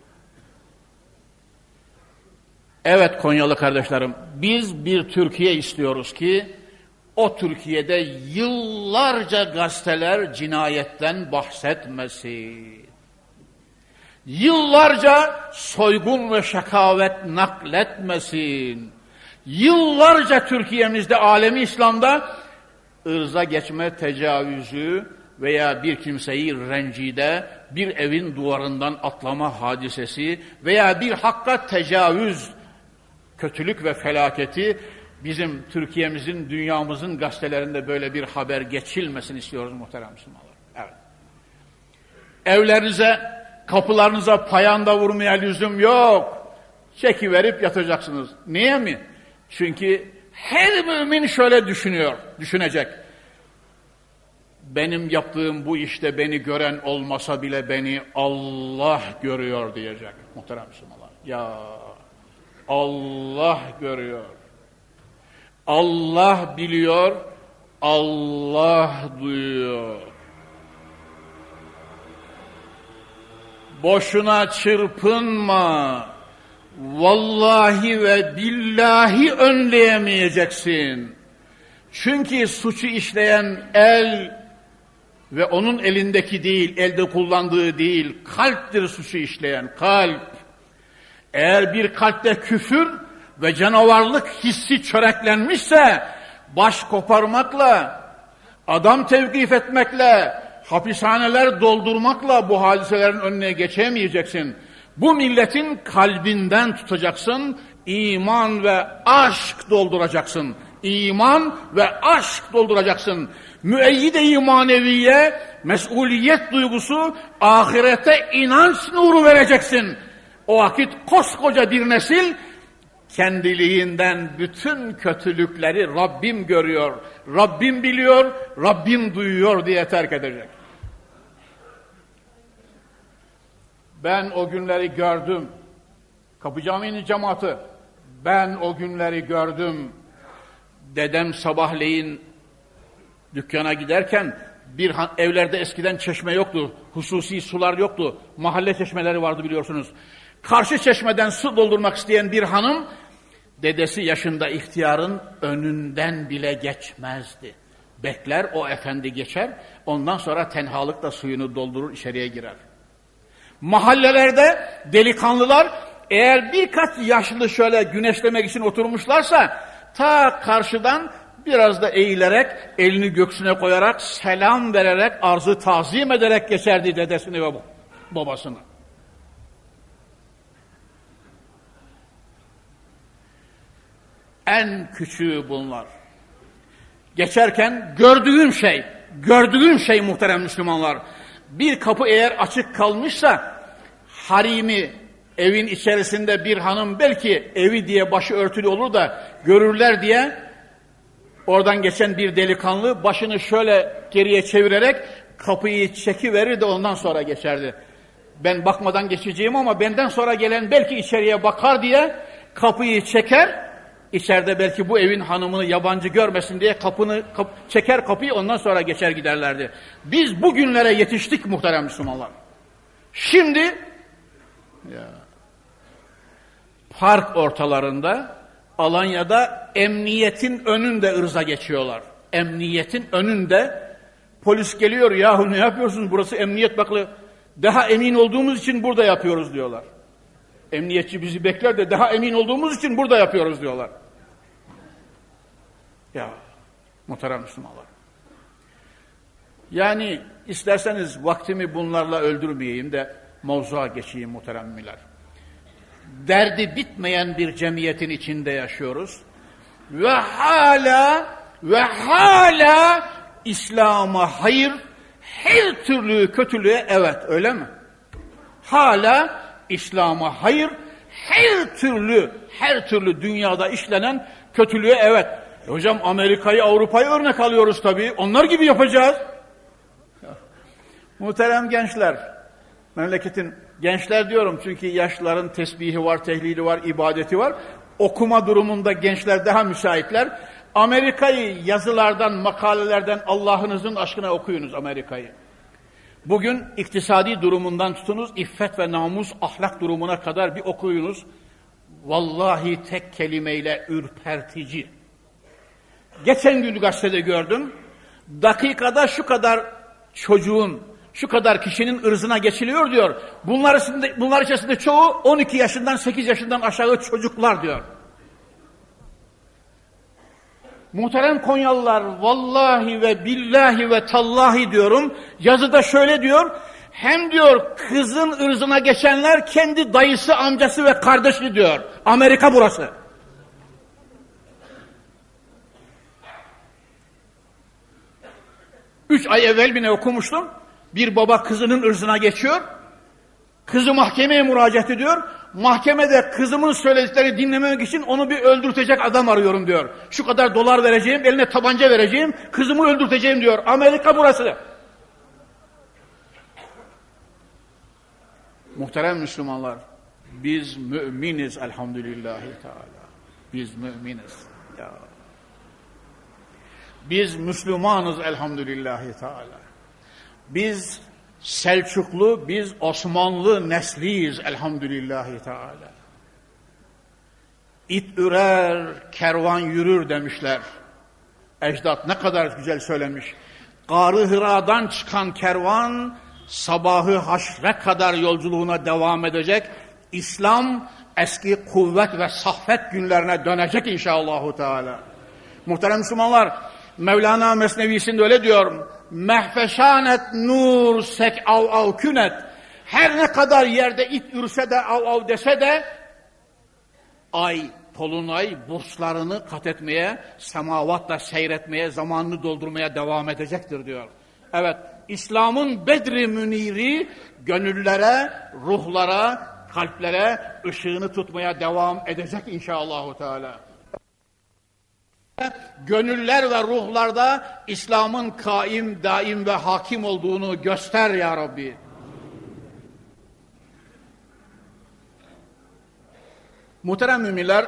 Evet Konyalı kardeşlerim, biz bir Türkiye istiyoruz ki, o Türkiye'de yıllarca gazeteler cinayetten bahsetmesin. Yıllarca soygun ve şakavet nakletmesin. Yıllarca Türkiye'mizde, alemi İslam'da ırza geçme tecavüzü veya bir kimseyi rencide, bir evin duvarından atlama hadisesi veya bir hakka tecavüz, kötülük ve felaketi bizim Türkiye'mizin, dünyamızın gazetelerinde böyle bir haber geçilmesini istiyoruz muhterem Müslümanlar. Evet. Evlerinize, kapılarınıza payanda vurmaya lüzum yok. Çekiverip yatacaksınız. Niye mi? Çünkü her mümin şöyle düşünüyor, düşünecek. Benim yaptığım bu işte beni gören olmasa bile beni Allah görüyor diyecek muhterem Müslümanlar. Ya Allah görüyor. Allah biliyor, Allah duyuyor. Boşuna çırpınma. Vallahi ve billahi önleyemeyeceksin. Çünkü suçu işleyen el ve onun elindeki değil, elde kullandığı değil, kalptir suçu işleyen, kalp. Eğer bir kalpte küfür ve canavarlık hissi çöreklenmişse, baş koparmakla, adam tevkif etmekle, hapishaneler doldurmakla bu hadiselerin önüne geçemeyeceksin. Bu milletin kalbinden tutacaksın, iman ve aşk dolduracaksın. İman ve aşk dolduracaksın. Müeyyide-i maneviye, mesuliyet duygusu, ahirete inanç nuru vereceksin. O vakit koskoca bir nesil, kendiliğinden bütün kötülükleri Rabbim görüyor, Rabbim biliyor, Rabbim duyuyor diye terk edecek. Ben o günleri gördüm. Kapı Camii'nin cemaati, ben o günleri gördüm. Dedem sabahleyin dükkana giderken, bir evlerde eskiden çeşme yoktu, hususi sular yoktu, mahalle çeşmeleri vardı biliyorsunuz. Karşı çeşmeden su doldurmak isteyen bir hanım, dedesi yaşında ihtiyarın önünden bile geçmezdi. Bekler, o efendi geçer, ondan sonra tenhalıkla suyunu doldurur, içeriye girer. Mahallelerde delikanlılar, eğer birkaç yaşlı şöyle güneşlemek için oturmuşlarsa, ta karşıdan biraz da eğilerek, elini göğsüne koyarak, selam vererek, arzı tazim ederek geçerdi dedesini ve babasını. En küçüğü bunlar. Geçerken gördüğüm şey, gördüğüm şey muhterem Müslümanlar, bir kapı eğer açık kalmışsa, harimi, evin içerisinde bir hanım belki evi diye başı örtülü olur da görürler diye, oradan geçen bir delikanlı başını şöyle geriye çevirerek kapıyı çekiverir de ondan sonra geçerdi. Ben bakmadan geçeceğim ama benden sonra gelen belki içeriye bakar diye kapıyı çeker, içeride belki bu evin hanımını yabancı görmesin diye kapını kap, çeker kapıyı, ondan sonra geçer giderlerdi. Biz bugünlere yetiştik muhterem Müslümanlar. Şimdi ya, park ortalarında, Alanya'da emniyetin önünde ırza geçiyorlar. Emniyetin önünde polis geliyor, yahu ne yapıyorsunuz, burası emniyet baklı, daha emin olduğumuz için burada yapıyoruz diyorlar. Emniyetçi bizi bekler de daha emin olduğumuz için burada yapıyoruz diyorlar. Ya muhterem Müslümanlar. Yani isterseniz vaktimi bunlarla öldürmeyeyim de mevzuya geçeyim muhterem müminler. Derdi bitmeyen bir cemiyetin içinde yaşıyoruz. Ve hala ve hala İslam'a hayır, her türlü kötülüğe evet, öyle mi? Hala İslam'a hayır, her türlü, her türlü dünyada işlenen kötülüğe evet. E hocam Amerika'yı, Avrupa'yı örnek alıyoruz tabii. Onlar gibi yapacağız. Muhterem gençler, memleketin gençler diyorum çünkü yaşlıların tesbihi var, tehlili var, ibadeti var. Okuma durumunda gençler daha müsaitler. Amerika'yı yazılardan, makalelerden Allah'ınızın aşkına okuyunuz Amerika'yı. Bugün iktisadi durumundan tutunuz, iffet ve namus, ahlak durumuna kadar bir okuyunuz. Vallahi tek kelimeyle ürpertici. Geçen gün gazetede gördüm. Dakikada şu kadar çocuğun, şu kadar kişinin ırzına geçiliyor diyor. Bunlar içerisinde, bunlar içerisinde çoğu on iki yaşından sekiz yaşından aşağı çocuklar diyor. Muhterem Konyalılar, vallahi ve billahi ve tallahi diyorum, yazıda şöyle diyor, hem diyor kızın ırzına geçenler kendi dayısı, amcası ve kardeşi diyor. Amerika burası. Üç ay evvel bile okumuştum. Bir baba kızının ırzına geçiyor. Kızı mahkemeye müracaat ediyor. Mahkemede kızımın söylediklerini dinlememek için onu bir öldürtecek adam arıyorum diyor. Şu kadar dolar vereceğim, eline tabanca vereceğim, kızımı öldürteceğim diyor. Amerika burası. Muhterem Müslümanlar, biz müminiz elhamdülillahi teala. Biz müminiz. Ya. Biz Müslümanız elhamdülillahi teala. Biz Selçuklu, biz Osmanlı nesliyiz elhamdülillahi teala. İt ürer, kervan yürür demişler. Ecdat ne kadar güzel söylemiş. Gâr-ı Hira'dan çıkan kervan sabahı haşre kadar yolculuğuna devam edecek. İslam eski kuvvet ve sahvet günlerine dönecek inşallahü teala. Muhterem Müslümanlar, Mevlana Mesnevisinde öyle diyor. Mehfeşanet nur sek av av künet. Her ne kadar yerde it ürse de av av dese de ay, tolunay burslarını kat etmeye, semavatla seyretmeye, zamanını doldurmaya devam edecektir diyor. Evet, İslam'ın bedri müniri gönüllere, ruhlara, kalplere ışığını tutmaya devam edecek inşallahü teala. Gönüller ve ruhlarda İslam'ın kaim, daim ve hakim olduğunu göster ya Rabbi. Muhterem müminler,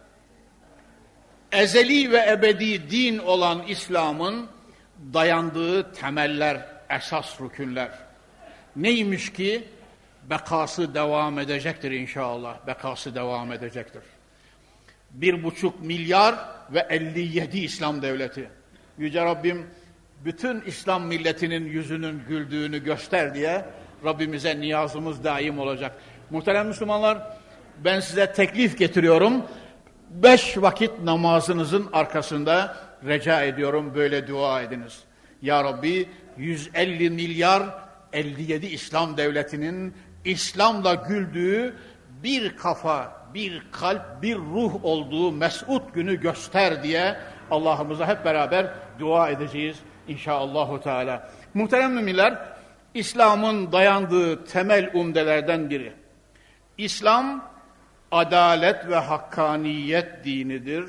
ezeli ve ebedi din olan İslam'ın dayandığı temeller, esas rükünler. Neymiş ki? Bekası devam edecektir inşallah. Bekası devam edecektir. Bir buçuk milyar ve elli yedi İslam devleti. Yüce Rabbim bütün İslam milletinin yüzünün güldüğünü göster diye Rabbimize niyazımız daim olacak. Muhterem Müslümanlar, ben size teklif getiriyorum. beş vakit namazınızın arkasında rica ediyorum böyle dua ediniz. Ya Rabbi yüz elli milyar elli yedi İslam devletinin İslam'la güldüğü bir kafa, bir kalp, bir ruh olduğu mesut günü göster diye Allah'ımıza hep beraber dua edeceğiz inşallahü teala. Muhterem müminler, İslam'ın dayandığı temel umdelerden biri. İslam adalet ve hakkaniyet dinidir.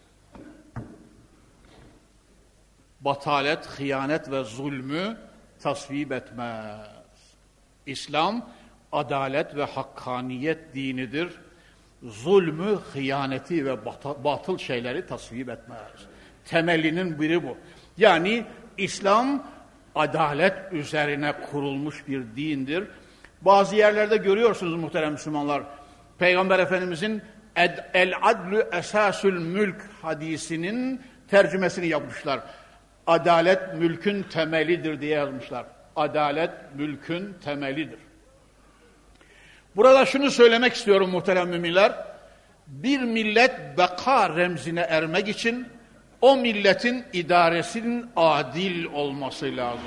Batalet, hıyanet ve zulmü tasvip etmez. İslam adalet ve hakkaniyet dinidir. Zulmü, hıyaneti ve batıl şeyleri tasvip etmez. Temelinin biri bu. Yani İslam adalet üzerine kurulmuş bir dindir. Bazı yerlerde görüyorsunuz muhterem Müslümanlar, Peygamber Efendimizin el adlü esasül mülk hadisinin tercümesini yapmışlar. Adalet mülkün temelidir diye yazmışlar. Adalet mülkün temelidir. Burada şunu söylemek istiyorum muhterem müminler. Bir millet beka remzine ermek için o milletin idaresinin adil olması lazım.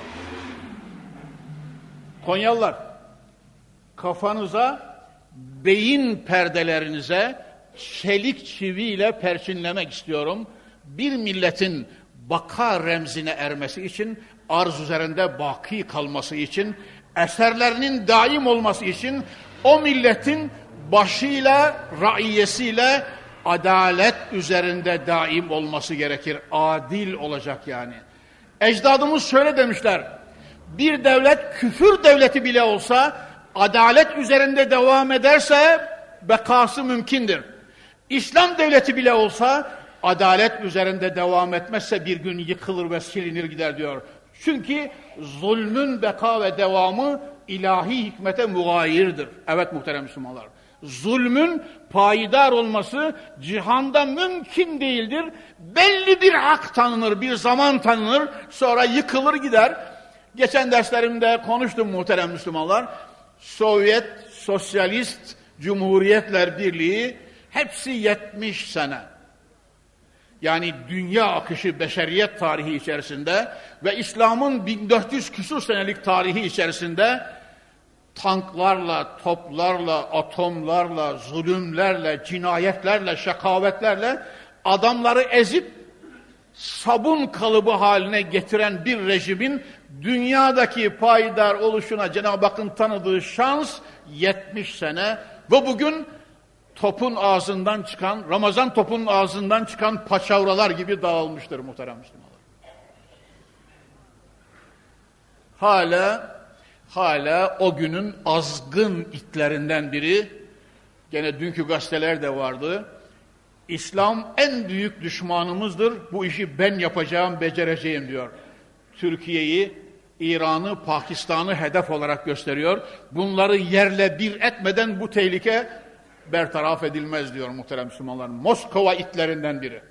Konyalılar, kafanıza, beyin perdelerinize çelik çiviyle perçinlemek istiyorum. Bir milletin baka remzine ermesi için, arz üzerinde baki kalması için, eserlerinin daim olması için o milletin başıyla, raiyesiyle adalet üzerinde daim olması gerekir. Adil olacak yani. Ecdadımız şöyle demişler: bir devlet küfür devleti bile olsa adalet üzerinde devam ederse bekası mümkündür. İslam devleti bile olsa adalet üzerinde devam etmezse bir gün yıkılır ve silinir gider diyor. Çünkü zulmün beka ve devamı ilahi hikmete mugayirdir. Evet muhterem Müslümanlar. Zulmün payidar olması cihanda mümkün değildir. Belli bir hak tanınır, bir zaman tanınır, sonra yıkılır gider. Geçen derslerimde konuştum muhterem Müslümanlar. Sovyet, Sosyalist Cumhuriyetler Birliği hepsi yetmiş sene. Yani dünya akışı beşeriyet tarihi içerisinde ve İslam'ın bin dört yüz küsur senelik tarihi içerisinde tanklarla, toplarla, atomlarla, zulümlerle, cinayetlerle, şakavetlerle adamları ezip sabun kalıbı haline getiren bir rejimin dünyadaki payidar oluşuna Cenab-ı Hakk'ın tanıdığı şans yetmiş sene ve bugün topun ağzından çıkan, Ramazan topunun ağzından çıkan paçavralar gibi dağılmıştır muhterem Müslümanlar. Hala, hala o günün azgın itlerinden biri, gene dünkü gazeteler de vardı, İslam en büyük düşmanımızdır, bu işi ben yapacağım, becereceğim diyor. Türkiye'yi, İran'ı, Pakistan'ı hedef olarak gösteriyor. Bunları yerle bir etmeden bu tehlike bertaraf edilmez diyor muhterem Müslümanlar. Moskova itlerinden biri.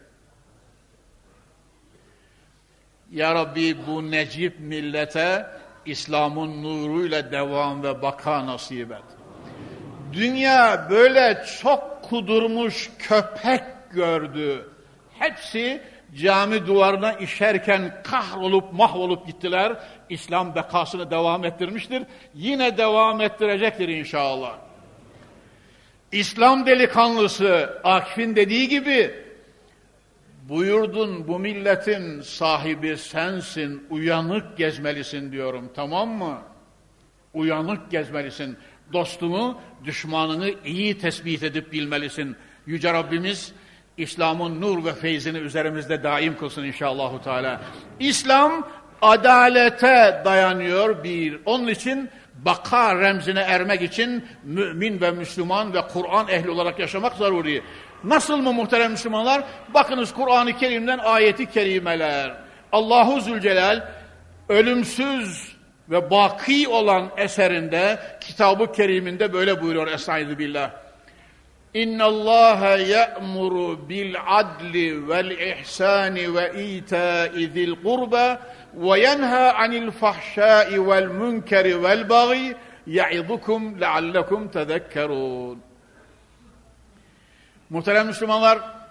Ya Rabbi bu necip millete İslam'ın nuruyla devam ve baka nasip et. Dünya böyle çok kudurmuş köpek gördü. Hepsi cami duvarına işerken kahrolup mahvolup gittiler. İslam bekasını devam ettirmiştir. Yine devam ettirecektir inşallah. İslam delikanlısı Akif'in dediği gibi, buyurdun bu milletin sahibi sensin, uyanık gezmelisin diyorum, tamam mı? Uyanık gezmelisin. Dostunu, düşmanını iyi tespit edip bilmelisin. Yüce Rabbimiz İslam'ın nur ve feyzini üzerimizde daim kılsın inşallahü teala. İslam adalete dayanıyor bir. Onun için baka remzine ermek için mümin ve Müslüman ve Kur'an ehli olarak yaşamak zaruri. Nasıl mı muhterem Müslümanlar? Bakınız Kur'an-ı Kerim'den ayeti kerimeler. Allahu Zülcelal ölümsüz ve baki olan eserinde, kitab-ı keriminde böyle buyuruyor. Estaizu billah. İnna Allaha ya'muru bil adli vel ihsani ve ita'i zil kurba ve yenha anil fahşai vel münkeri vel bagi ya'idukum leallekum tezekkerun. Muhterem Müslümanlar,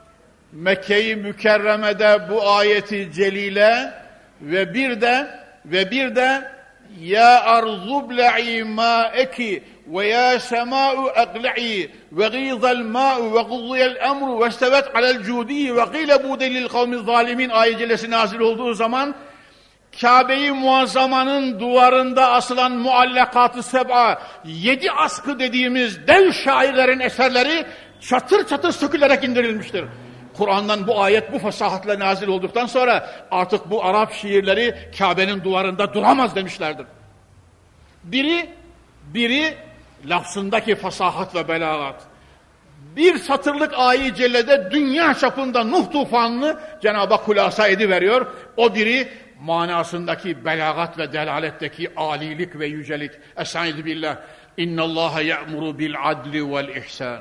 Mekke-i Mükerreme'de bu ayeti celile ve bir de ve bir de ya arzubla'i ma'eki ve ya sema'u aqla'i ve gîzel ma'u ve quddiyel emru ve istevet alel cudi ve qîle bu delil kavmi zalimin ayet celilesi nazil olduğu zaman Kabe-i Muazzama'nın duvarında asılan muallakat-ı seb'a, yedi askı dediğimiz dev şairlerin eserleri çatır çatır sökülerek indirilmiştir. Kur'an'dan bu ayet bu fasahatla nazil olduktan sonra artık bu Arap şiirleri Kabe'nin duvarında duramaz demişlerdir. Biri, biri lafzındaki fasahat ve belagat. Bir satırlık ayet-i cellede dünya çapında Nuh tufanını Cenab-ı Hak hulasa ediveriyor. O biri manasındaki belagat ve delaletteki alilik ve yücelik. Estaizu billah. İnnallâhe ye'muru bil adli vel ihsan.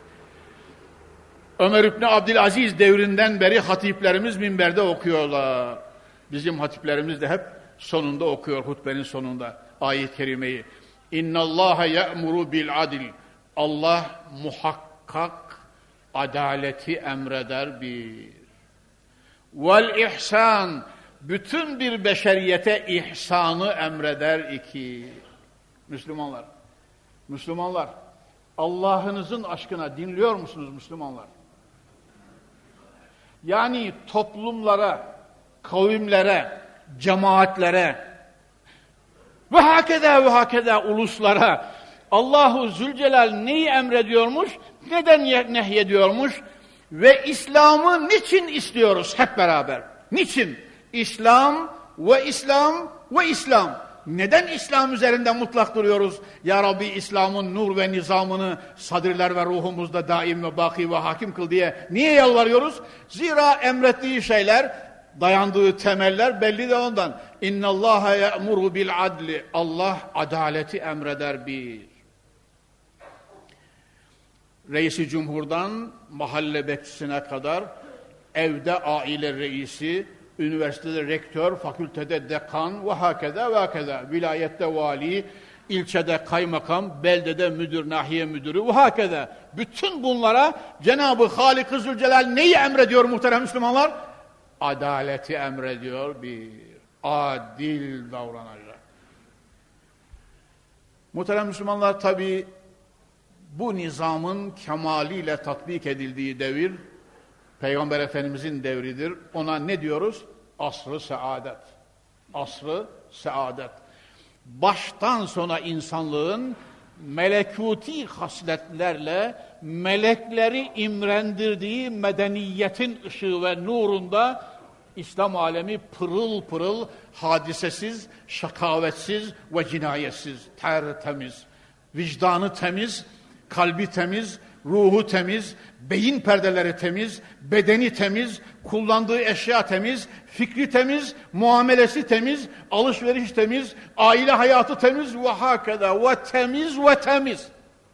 Ömer İbni Abdülaziz devrinden beri hatiplerimiz minberde okuyorlar. Bizim hatiplerimiz de hep sonunda okuyor, hutbenin sonunda ayet-i kerimeyi. İnnallâhe ye'muru bil adl. Allah muhakkak adaleti emreder bir. Vel ihsan. Bütün bir beşeriyete ihsanı emreder iki. Müslümanlar, Müslümanlar, Allah'ınızın aşkına dinliyor musunuz Müslümanlar? Yani toplumlara, kavimlere, cemaatlere ve hakeza ve hakeza uluslara Allahu Zülcelal neyi emrediyormuş, neden nehyediyormuş ve İslam'ı niçin istiyoruz hep beraber? Niçin? İslam ve İslam ve İslam. Neden İslam üzerinde mutlak duruyoruz? Ya Rabbi İslam'ın nur ve nizamını sadriler ve ruhumuzda daim ve baki ve hakim kıl diye niye yalvarıyoruz? Zira emrettiği şeyler, dayandığı temeller belli de ondan. İnnallâhe ye'muru bil adli. Allah adaleti emreder bir. Reisi Cumhur'dan mahalle bekçisine kadar, evde aile reisi, üniversitede rektör, fakültede dekan ve hakeza ve hakeza, vilayette vali, ilçede kaymakam, beldede müdür, nahiye müdürü ve hakeza. Bütün bunlara Cenab-ı Halik-i Zülcelal neyi emrediyor muhterem Müslümanlar? Adaleti emrediyor bir. Adil davranacak. Muhterem Müslümanlar, tabi bu nizamın kemaliyle tatbik edildiği devir Peygamber Efendimizin devridir. Ona ne diyoruz? Asr-ı saadet. Asr-ı saadet. Baştan sona insanlığın melekuti hasletlerle melekleri imrendirdiği medeniyetin ışığı ve nurunda İslam alemi pırıl pırıl, hadisesiz, şakavetsiz ve cinayetsiz, tertemiz, vicdanı temiz, kalbi temiz, ruhu temiz, beyin perdeleri temiz, bedeni temiz, kullandığı eşya temiz, fikri temiz, muamelesi temiz, alışveriş temiz, aile hayatı temiz ve hakeza ve temiz ve temiz.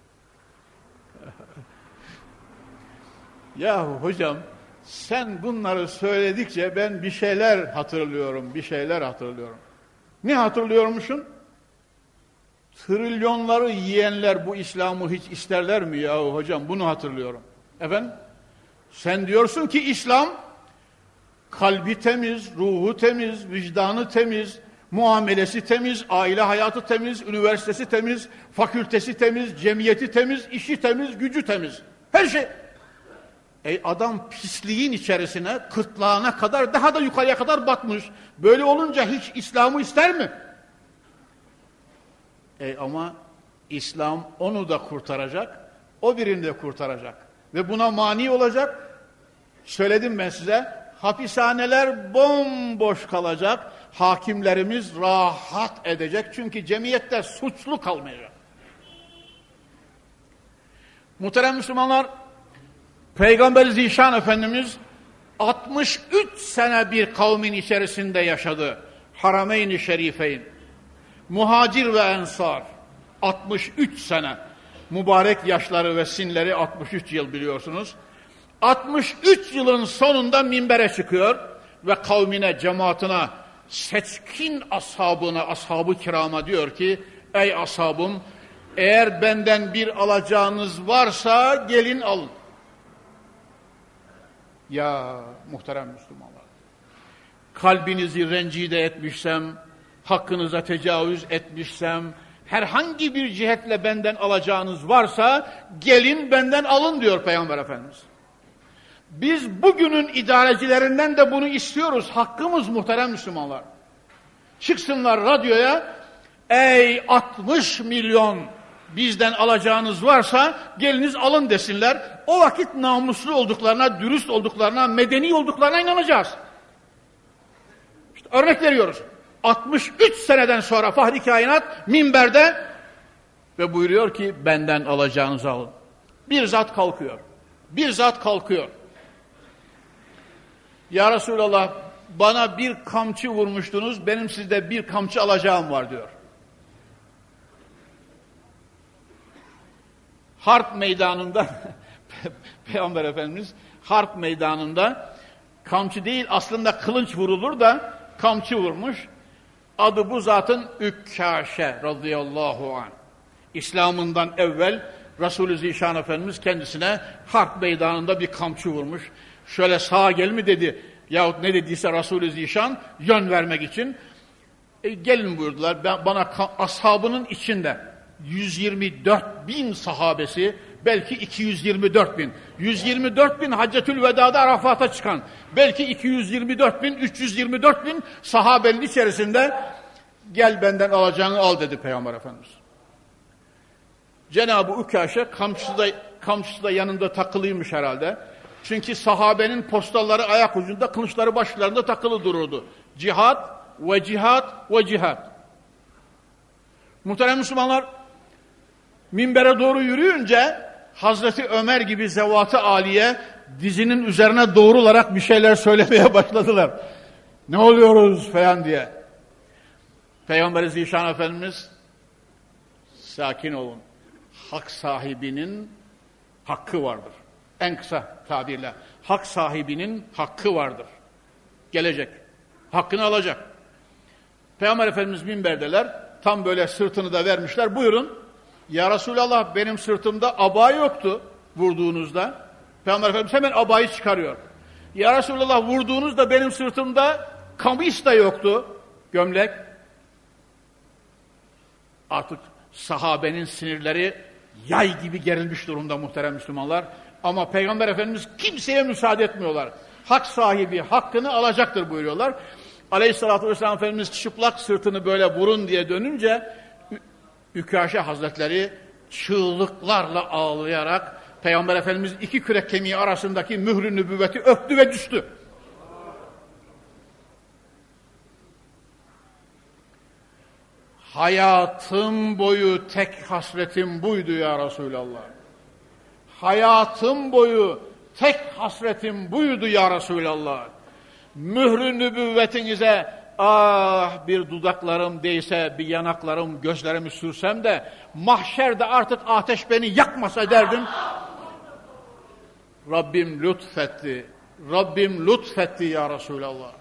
Yahu hocam, sen bunları söyledikçe ben bir şeyler hatırlıyorum, bir şeyler hatırlıyorum. Ne hatırlıyormuşum? Trilyonları yiyenler bu İslam'ı hiç isterler mi yahu hocam? Bunu hatırlıyorum. Efendim? Sen diyorsun ki İslam kalbi temiz, ruhu temiz, vicdanı temiz, muamelesi temiz, aile hayatı temiz, üniversitesi temiz, fakültesi temiz, cemiyeti temiz, işi temiz, gücü temiz. Her şey. Ey adam pisliğin içerisine, kırtlağına kadar, daha da yukarıya kadar batmış. Böyle olunca hiç İslam'ı ister mi? E ama İslam onu da kurtaracak, o birini de kurtaracak. Ve buna mani olacak. Söyledim ben size, hapishaneler bomboş kalacak, hakimlerimiz rahat edecek. Çünkü cemiyette suçlu kalmayacak. Muhterem Müslümanlar, Peygamber Zişan Efendimiz altmış üç sene bir kavmin içerisinde yaşadı. Harameyn-i Şerifeyn. Muhacir ve ensar altmış üç sene, mübarek yaşları ve sinleri altmış üç yıl biliyorsunuz. altmış üç yılın sonunda minbere çıkıyor ve kavmine, cemaatine, seçkin ashabına, ashab-ı kirama diyor ki, ey ashabım, eğer benden bir alacağınız varsa gelin alın. Ya muhterem Müslümanlar, kalbinizi rencide etmişsem, hakkınıza tecavüz etmişsem, herhangi bir cihetle benden alacağınız varsa gelin benden alın diyor Peygamber Efendimiz. Biz bugünün idarecilerinden de bunu istiyoruz. Hakkımız muhterem Müslümanlar. Çıksınlar radyoya, ey altmış milyon bizden alacağınız varsa geliniz alın desinler. O vakit namuslu olduklarına, dürüst olduklarına, medeni olduklarına inanacağız. İşte örnek veriyoruz. altmış üç seneden sonra Fahri Kainat minberde ve buyuruyor ki benden alacağınızı alın. Bir zat kalkıyor. Bir zat kalkıyor. Ya Resulallah, bana bir kamçı vurmuştunuz, benim sizde bir kamçı alacağım var diyor. Harp meydanında Peygamber Efendimiz harp meydanında kamçı değil aslında kılınç vurulur da kamçı vurmuş. Adı bu zatın Ükkaşe radıyallahu anh. İslam'ından evvel Resulü Zişan Efendimiz kendisine harp meydanında bir kamçı vurmuş. Şöyle sağa gel mi dedi yahut ne dediyse Resulü Zişan yön vermek için. E, gelin buyurdular. Ben, bana ashabının içinde yüz yirmi dört bin sahabesi, belki iki yüz yirmi dört bin. yüz yirmi dört bin Haccetül Veda'da Arafat'a çıkan, belki iki yüz yirmi dört bin, üç yüz yirmi dört bin sahabenin içerisinde gel benden alacağını al dedi Peygamber Efendimiz. Cenab-ı Ükaşe kamçısı da, kamçısı da yanında takılıymış herhalde. Çünkü sahabenin postalları ayak ucunda, kılıçları başlarında takılı dururdu. Cihat ve cihat ve cihat. Muhterem Müslümanlar, minbere doğru yürüyünce Hazreti Ömer gibi zevat-ı aliye dizinin üzerine doğrularak bir şeyler söylemeye başladılar. Ne oluyoruz falan diye. Peygamber-i Zişan Efendimiz sakin olun. Hak sahibinin hakkı vardır. En kısa tabirle hak sahibinin hakkı vardır. Gelecek. Hakkını alacak. Peygamber Efendimiz minberdeler. Tam böyle sırtını da vermişler. Buyurun. Ya Resulallah, benim sırtımda aba yoktu vurduğunuzda. Peygamber Efendimiz hemen abayı çıkarıyor. Ya Resulallah, vurduğunuzda benim sırtımda kamis da yoktu. Gömlek. Artık sahabenin sinirleri yay gibi gerilmiş durumda muhterem Müslümanlar. Ama Peygamber Efendimiz kimseye müsaade etmiyorlar. Hak sahibi hakkını alacaktır buyuruyorlar. Aleyhissalatü vesselam Efendimiz çıplak sırtını böyle vurun diye dönünce Ükaşe Hazretleri çığlıklarla ağlayarak Peygamber Efendimiz iki kürek kemiği arasındaki mührü nübüvveti öptü ve düştü. Hayatım boyu tek hasretim buydu ya Resulallah. Hayatım boyu tek hasretim buydu ya Resulallah. Mührü nübüvvetinize ah bir dudaklarım değse, bir yanaklarım, gözlerimi sürsem de mahşerde artık ateş beni yakmasa derdim. Rabbim lütfetti. Rabbim lütfetti ya Resulallah.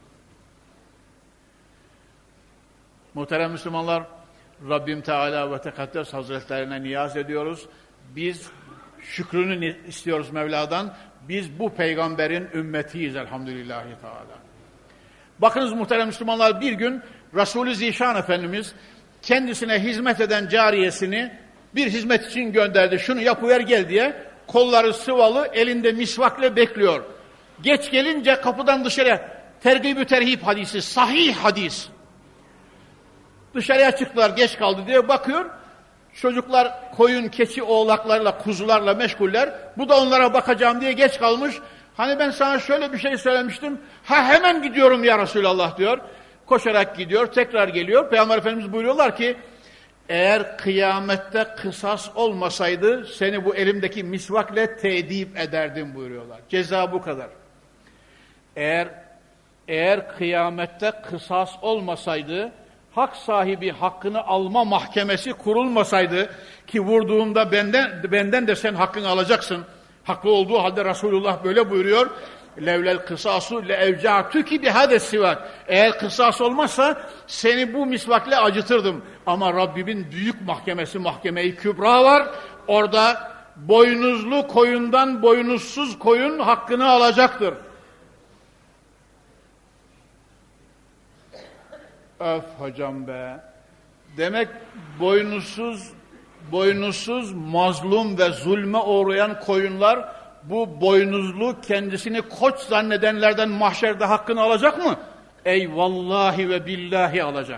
Muhterem Müslümanlar, Rabbim Teala ve Tekaddes Hazretlerine niyaz ediyoruz. Biz şükrünü istiyoruz Mevla'dan. Biz bu peygamberin ümmetiyiz elhamdülillahi teala. Bakınız muhterem Müslümanlar, bir gün Resulü Zişan Efendimiz kendisine hizmet eden cariyesini bir hizmet için gönderdi. Şunu yapıver gel diye. Kolları sıvalı, elinde misvakla bekliyor. Geç gelince kapıdan dışarı, tergib-ü terhib hadisi, sahih hadis. Dışarıya çıktılar, geç kaldı diye bakıyor. Çocuklar koyun, keçi, oğlaklarla, kuzularla meşguller. Bu da onlara bakacağım diye geç kalmış. Hani ben sana şöyle bir şey söylemiştim. Ha hemen gidiyorum ya Resulallah diyor. Koşarak gidiyor, tekrar geliyor. Peygamber Efendimiz buyuruyorlar ki, eğer kıyamette kısas olmasaydı seni bu elimdeki misvakle tedip ederdim buyuruyorlar. Ceza bu kadar. Eğer eğer kıyamette kısas olmasaydı, hak sahibi hakkını alma mahkemesi kurulmasaydı ki vurduğumda benden benden de sen hakkını alacaksın. Haklı olduğu halde Resulullah böyle buyuruyor. Levlel kısasu le evca'tuki bihades sivak. Eğer kısas olmazsa seni bu misvakle acıtırdım. Ama Rabbimin büyük mahkemesi, mahkeme-i kübra var. Orada boynuzlu koyundan boynuzsuz koyun hakkını alacaktır. Öf hocam be. Demek boynuzsuz, boynuzsuz, mazlum ve zulme uğrayan koyunlar bu boynuzlu kendisini koç zannedenlerden mahşerde hakkını alacak mı? Ey vallahi ve billahi alacak.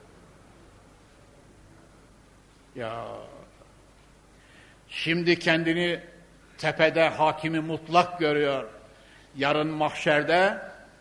Ya şimdi kendini tepede hakimi mutlak görüyor. Yarın mahşerde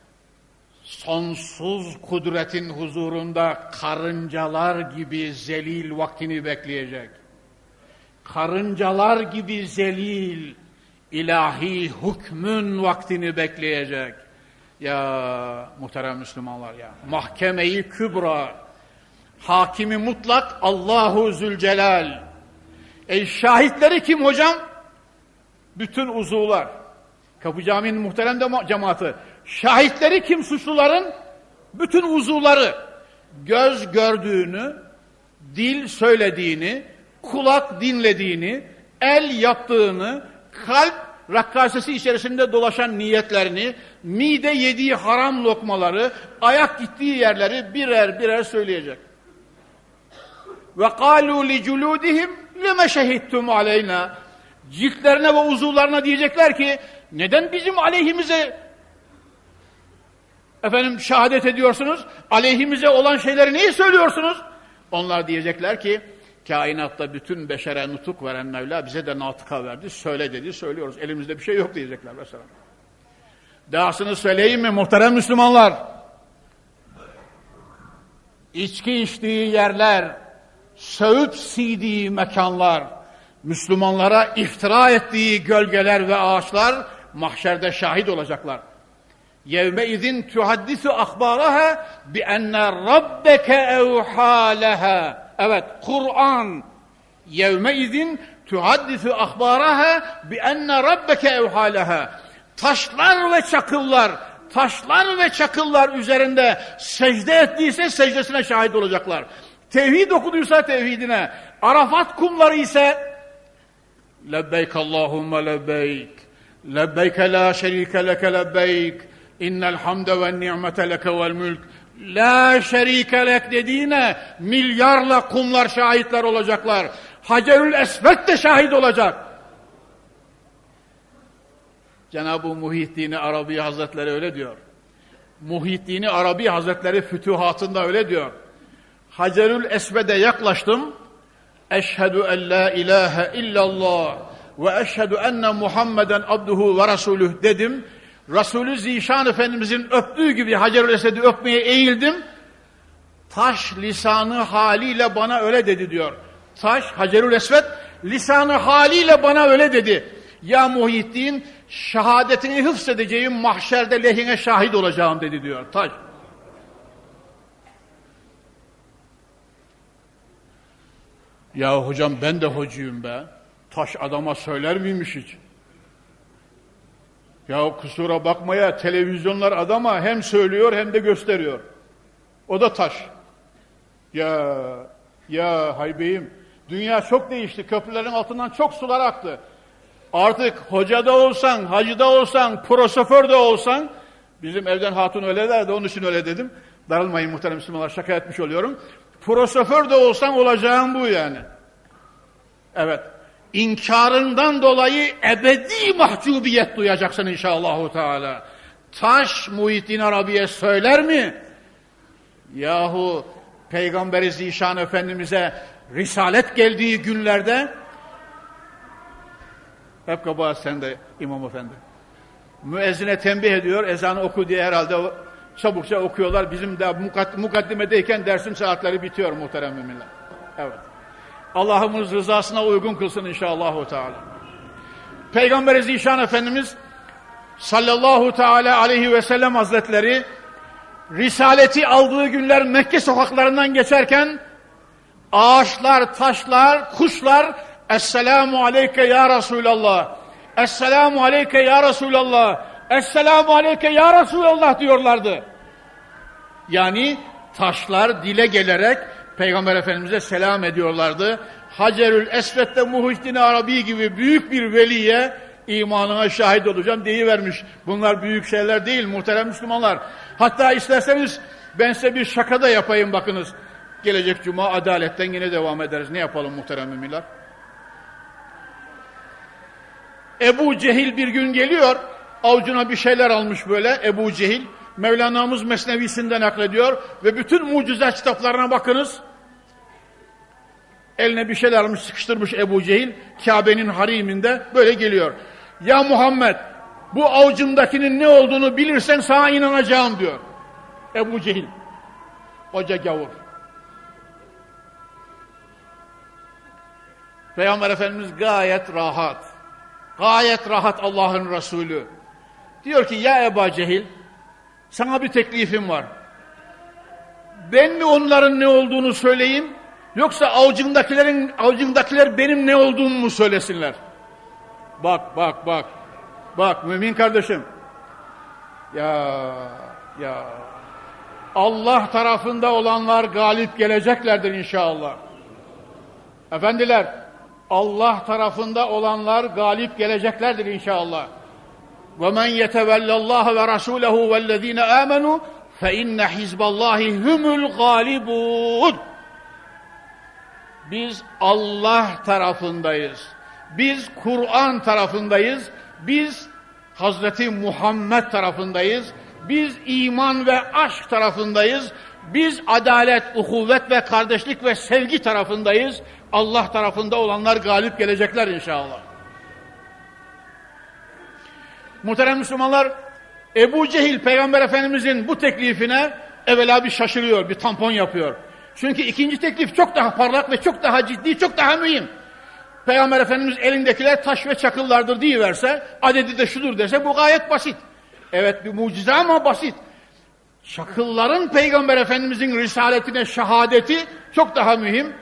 sonsuz kudretin huzurunda karıncalar gibi zelil vaktini bekleyecek. Karıncalar gibi zelil ilahi hükmün vaktini bekleyecek. Ya muhterem Müslümanlar ya. Mahkeme-i Kübra, hakimi mutlak Allahu Zülcelal. E şahitleri kim hocam? Bütün uzuvlar. Kapı Camii'nin muhterem de cemaati. Şahitleri kim suçluların? Bütün uzuvları. Göz gördüğünü, dil söylediğini, kulak dinlediğini, el yaptığını, kalp rakkasesi içerisinde dolaşan niyetlerini, mide yediği haram lokmaları, ayak gittiği yerleri birer birer söyleyecek. Ve kâlû li culûdihim lime şehittum aleyna. Ciltlerine ve uzuvlarına diyecekler ki, neden bizim aleyhimize efendim şehadet ediyorsunuz? Aleyhimize olan şeyleri neyi söylüyorsunuz? Onlar diyecekler ki, kainatta bütün beşere nutuk veren Mevla bize de natıka verdi, söyle dedi, söylüyoruz. Elimizde bir şey yok diyecekler mesela. Dahasını söyleyeyim mi muhterem Müslümanlar? İçki içtiği yerler, söğüt siydiği mekanlar, Müslümanlara iftira ettiği gölgeler ve ağaçlar mahşerde şahit olacaklar. Yevme izin tuhaddisu ahbaraha bi enne rabbeke evhâ leha. Evet, Kur'an. Yevme izin tuhaddisu ahbaraha bi enne rabbeke evhâ leha. Taşlar ve çakıllar, taşlar ve çakıllar üzerinde secde ettiyse secdesine şahit olacaklar. Tevhid okuduysa tevhidine, Arafat kumları ise lebbeyk Allahümme lebbeyk, lebbeyke la şerike leke lebbeyk, innel hamde ve ni'mete leke vel mülk, la şerike lek dediğine milyarla kumlar şahitler olacaklar. Hacerül Esved de şahit olacak. Cenab-ı Muhyiddin Arabi Hazretleri öyle diyor. Muhyiddin Arabi Hazretleri fütühatında öyle diyor. Hacerül Esved'e yaklaştım. Eşhedü en la ilahe illallah ve eşhedü enne Muhammeden abduhu ve resuluh dedim. Resulü Zişan Efendimizin öptüğü gibi Hacerül Esved'i öpmeye eğildim. Taş lisanı haliyle bana öyle dedi diyor. Taş, Hacerül Esved lisanı haliyle bana öyle dedi. Ya Muhyiddin, şehadetini hıfzedeceğim, mahşerde lehine şahit olacağım dedi diyor. Taş. Ya hocam ben de hocuyum be. Taş adama söyler miymiş hiç? Ya kusura bakmaya, televizyonlar adama hem söylüyor hem de gösteriyor. O da taş. Ya, ya haybeyim, dünya çok değişti. Köprülerin altından çok sular aktı. Artık hocada olsan, hacıda olsan, prosoför de olsan, bizim evden hatun öyle derdi, onun için öyle dedim. Darılmayın muhterem Müslümanlar, şaka etmiş oluyorum. Prosoför de olsan olacağın bu yani. Evet. İnkarından dolayı ebedi mahcubiyet duyacaksın inşallahü teala. Taş Muhyiddin Arabi'ye söyler mi? Yahu Peygamberi Zişan Efendimiz'e risalet geldiği günlerde hep kabahat sende İmam Efendi. Müezzine tembih ediyor, ezanı oku diye herhalde çabukça okuyorlar. Bizim de mukaddimedeyken dersin saatleri bitiyor muhterem müminler. Evet. Allah'ımız rızasına uygun kılsın inşallahü teala. Peygamber-i Zişan Efendimiz sallallahu teala aleyhi ve sellem hazretleri risaleti aldığı günler Mekke sokaklarından geçerken ağaçlar, taşlar, kuşlar Esselamu aleyke ya Resulallah, Esselamu aleyke ya Resulallah, Esselamu aleyke ya Resulallah diyorlardı. Yani taşlar dile gelerek Peygamber Efendimiz'e selam ediyorlardı. Hacerül Esved'de Muhyiddin Arabi gibi büyük bir veliye imanına şahit olacağım deyivermiş. Bunlar büyük şeyler değil muhterem Müslümanlar. Hatta isterseniz ben size bir şaka da yapayım bakınız. Gelecek cuma adaletten yine devam ederiz. Ne yapalım muhterem müminler? Ebu Cehil bir gün geliyor, avucuna bir şeyler almış böyle Ebu Cehil. Mevlana'mız Mesnevisi'nden naklediyor ve bütün mucize kitaplarına bakınız. Eline bir şeyler almış, sıkıştırmış Ebu Cehil, Kabe'nin hariminde böyle geliyor. Ya Muhammed, bu avucumdakinin ne olduğunu bilirsen sana inanacağım diyor. Ebu Cehil, koca gavur. Peygamber Efendimiz gayet rahat, gayet rahat Allah'ın Resulü. Diyor ki ya Ebu Cehil, sana bir teklifim var. Ben mi onların ne olduğunu söyleyeyim, yoksa avucundakilerin, avucundakiler benim ne olduğumu mu söylesinler? Bak, bak, bak. Bak mümin kardeşim. Ya, ya. Allah tarafında olanlar galip geleceklerdir inşallah. Efendiler, Allah tarafında olanlar galip geleceklerdir inşallah. وَمَنْ يَتَوَلَّ اللّٰهَ وَرَسُولَهُ وَالَّذ۪ينَ آمَنُوا فَاِنَّ حِزْبَ اللّٰهِ هُمُ الْغَالِبُونَ. Biz Allah tarafındayız. Biz Kur'an tarafındayız. Biz Hazreti Muhammed tarafındayız. Biz iman ve aşk tarafındayız. Biz adalet, uhuvvet ve kardeşlik ve sevgi tarafındayız. Allah tarafında olanlar galip gelecekler inşallah. Muhterem Müslümanlar, Ebu Cehil Peygamber Efendimizin bu teklifine evvela bir şaşırıyor, bir tampon yapıyor. Çünkü ikinci teklif çok daha parlak ve çok daha ciddi, çok daha mühim. Peygamber Efendimiz elindekiler taş ve çakıllardır deyiverse, adedi de şudur dese bu gayet basit. Evet bir mucize ama basit. Çakılların Peygamber Efendimizin risaletine şehadeti çok daha mühim.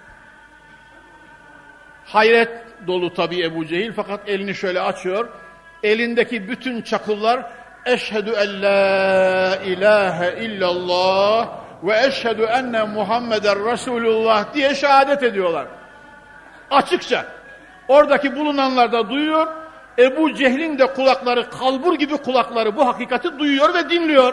Hayret dolu tabii Ebu Cehil, fakat elini şöyle açıyor. Elindeki bütün çakıllar eşhedü en la ilahe illallah ve eşhedü enne Muhammeden Resulullah diye şehadet ediyorlar. Açıkça. Oradaki bulunanlar da duyuyor. Ebu Cehil'in de kulakları, kalbur gibi kulakları bu hakikati duyuyor ve dinliyor.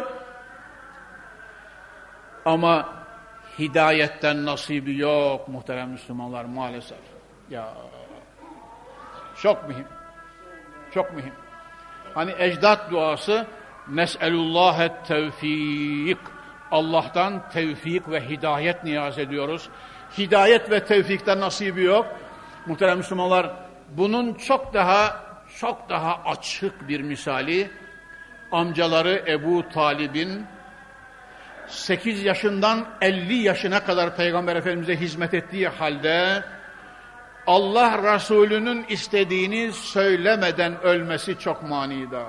Ama hidayetten nasibi yok muhterem Müslümanlar maalesef. Ya çok mühim. Çok mühim. Hani ecdat duası nes'elullâhet tevfik. Allah'tan tevfik ve hidayet niyaz ediyoruz. Hidayet ve tevfikten nasibi yok. Muhterem Müslümanlar, bunun çok daha çok daha açık bir misali amcaları Ebu Talib'in sekiz yaşından elli yaşına kadar Peygamber Efendimiz'e hizmet ettiği halde Allah Resulü'nün istediğini söylemeden ölmesi çok manidar.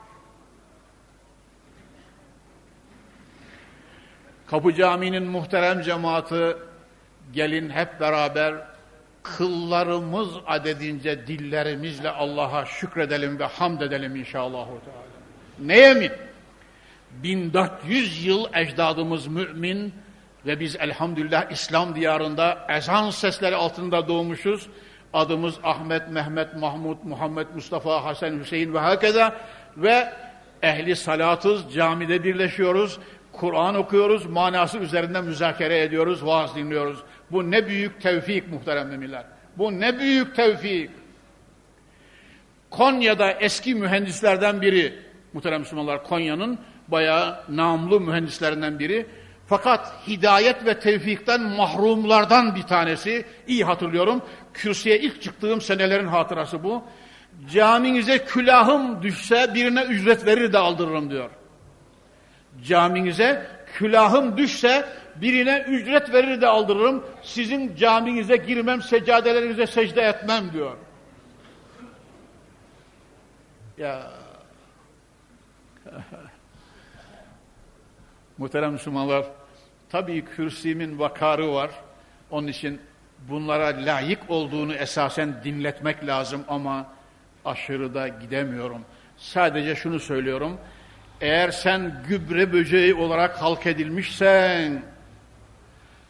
Kapı Camii'nin muhterem cemaati, gelin hep beraber kıllarımız adedince dillerimizle Allah'a şükredelim ve hamd edelim inşallah. Neye mi? bin dört yüz yıl ecdadımız mümin ve biz elhamdülillah İslam diyarında ezan sesleri altında doğmuşuz. Adımız Ahmet, Mehmet, Mahmud, Muhammed, Mustafa, Hasan, Hüseyin ve hakeza ve ehli salatız, camide birleşiyoruz. Kur'an okuyoruz, manası üzerinden müzakere ediyoruz, vaaz dinliyoruz. Bu ne büyük tevfik muhterem müminler. Bu ne büyük tevfik. Konya'da eski mühendislerden biri, muhterem Müslümanlar, Konya'nın bayağı namlı mühendislerinden biri. Fakat hidayet ve tevfikten mahrumlardan bir tanesi, iyi hatırlıyorum. Kürsüye ilk çıktığım senelerin hatırası bu. Caminize külahım düşse birine ücret verir de aldırırım diyor. Caminize külahım düşse birine ücret verir de aldırırım. Sizin caminize girmem, seccadelerinize secde etmem diyor. Ya muhterem Müslümanlar, tabii kürsümün vakarı var. Onun için bunlara layık olduğunu esasen dinletmek lazım ama aşırıda gidemiyorum. Sadece şunu söylüyorum. Eğer sen gübre böceği olarak halk edilmişsen,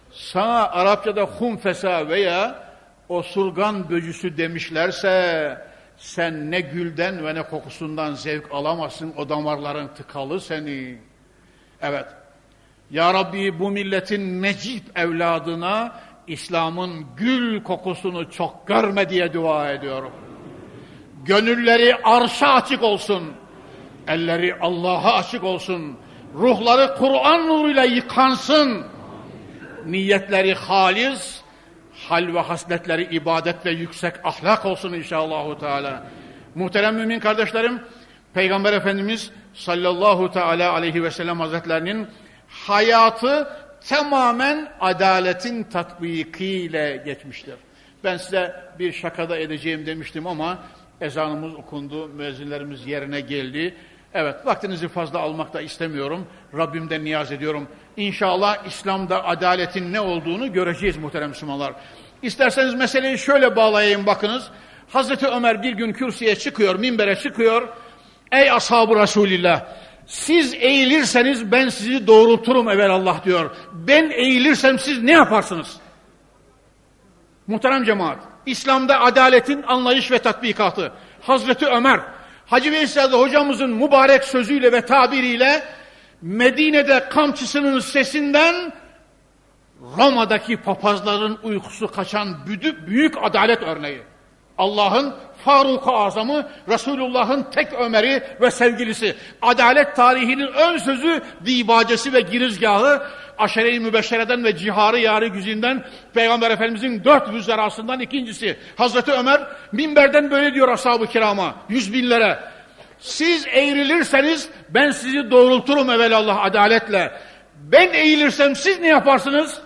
sana Arapçada humfesa veya osurgan böcüsü demişlerse sen ne gülden ve ne kokusundan zevk alamazsın, o damarların tıkalı seni. Evet, Ya Rabbi bu milletin necip evladına İslam'ın gül kokusunu çok görme diye dua ediyorum. Gönülleri arşa açık olsun, elleri Allah'a açık olsun, ruhları Kur'an nuruyla yıkansın, niyetleri halis, hal ve hasletleri ibadet ve yüksek ahlak olsun inşallahü teala. Muhterem mümin kardeşlerim, Peygamber Efendimiz sallallahu teala aleyhi ve sellem hazretlerinin hayatı tamamen adaletin tatbikiyle geçmiştir. Ben size bir şakada edeceğim demiştim ama ezanımız okundu, müezzinlerimiz yerine geldi. Evet, vaktinizi fazla almak da istemiyorum. Rabbimden niyaz ediyorum. İnşallah İslam'da adaletin ne olduğunu göreceğiz muhterem Müslümanlar. İsterseniz meseleyi şöyle bağlayayım bakınız. Hazreti Ömer bir gün kürsüye çıkıyor, minbere çıkıyor. Ey ashab-ı Resulillah, siz eğilirseniz ben sizi doğrulturum evelallah diyor. Ben eğilirsem siz ne yaparsınız? Muhterem cemaat, İslam'da adaletin anlayış ve tatbikatı. Hazreti Ömer, Hacı Veysel hocamızın mübarek sözüyle ve tabiriyle Medine'de kamçısının sesinden Roma'daki papazların uykusu kaçan büyük, büyük adalet örneği. Allah'ın Faruk-u Azam'ı, Resulullah'ın tek Ömer'i ve sevgilisi. Adalet tarihinin ön sözü, dibacesi ve girizgahı, aşere-i mübeşşereden ve ciharı yâri güzinden Peygamber Efendimizin dört vüzerasından ikincisi. Hazreti Ömer minberden böyle diyor ashab-ı kirama, yüz binlere. Siz eğrilirseniz ben sizi doğrulturum evelallah adaletle. Ben eğilirsem siz ne yaparsınız?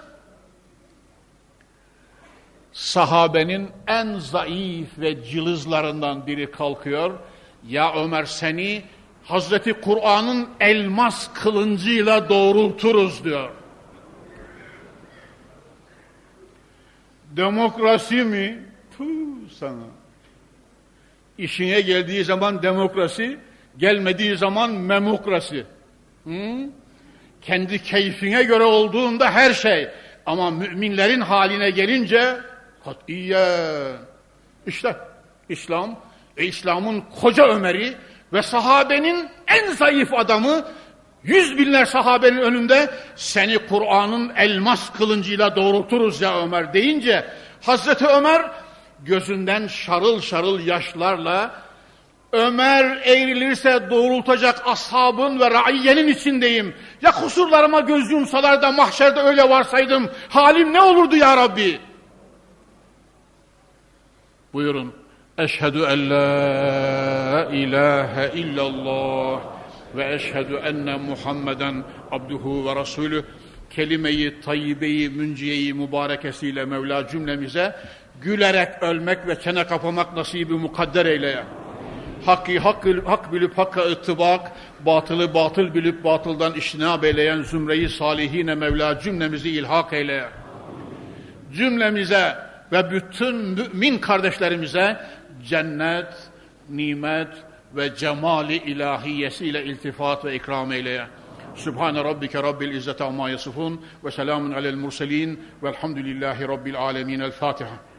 Sahabenin en zayıf ve cılızlarından biri kalkıyor. Ya Ömer, seni Hazreti Kur'an'ın elmas kılıncıyla doğrulturuz diyor. Demokrasi mi? Puh sana. İşine geldiği zaman demokrasi, gelmediği zaman memokrasi. Hı? Kendi keyfine göre olduğunda her şey. Ama müminlerin haline gelince katiyen. İşte İslam ve İslam'ın koca Ömer'i ve sahabenin en zayıf adamı, yüz binler sahabenin önünde seni Kur'an'ın elmas kılıncıyla doğrulturuz ya Ömer deyince Hazreti Ömer gözünden şarıl şarıl yaşlarla Ömer eğrilirse doğrultacak ashabın ve raiyenin içindeyim. Ya kusurlarıma göz yumsalar da mahşerde öyle varsaydım halim ne olurdu ya Rabbi? Buyurun. Eşhedü en la ilahe illallah ve eşhedü enne Muhammeden abduhu ve rasulü. Kelime-i tayyibe-i münciye-i mübarekesiyle Mevla cümlemize gülerek ölmek ve çene kapamak nasibi mukadder eyleye. Hakkı hak, hak bilip hakka ıttibak, batılı batıl bilip batıldan iştinab eyleyen zümreyi salihine Mevla cümlemizi ilhak eyleye. Cümlemize ve bütün mümin kardeşlerimize cennet, nimet ve cemali ilahiyesiyle iltifat ve ikram eyleye. Sübhane Rabbike Rabbil İzzeti Amma Yasifun ve selamun alel murselin velhamdülillahi Rabbil Alemin. El Fatiha.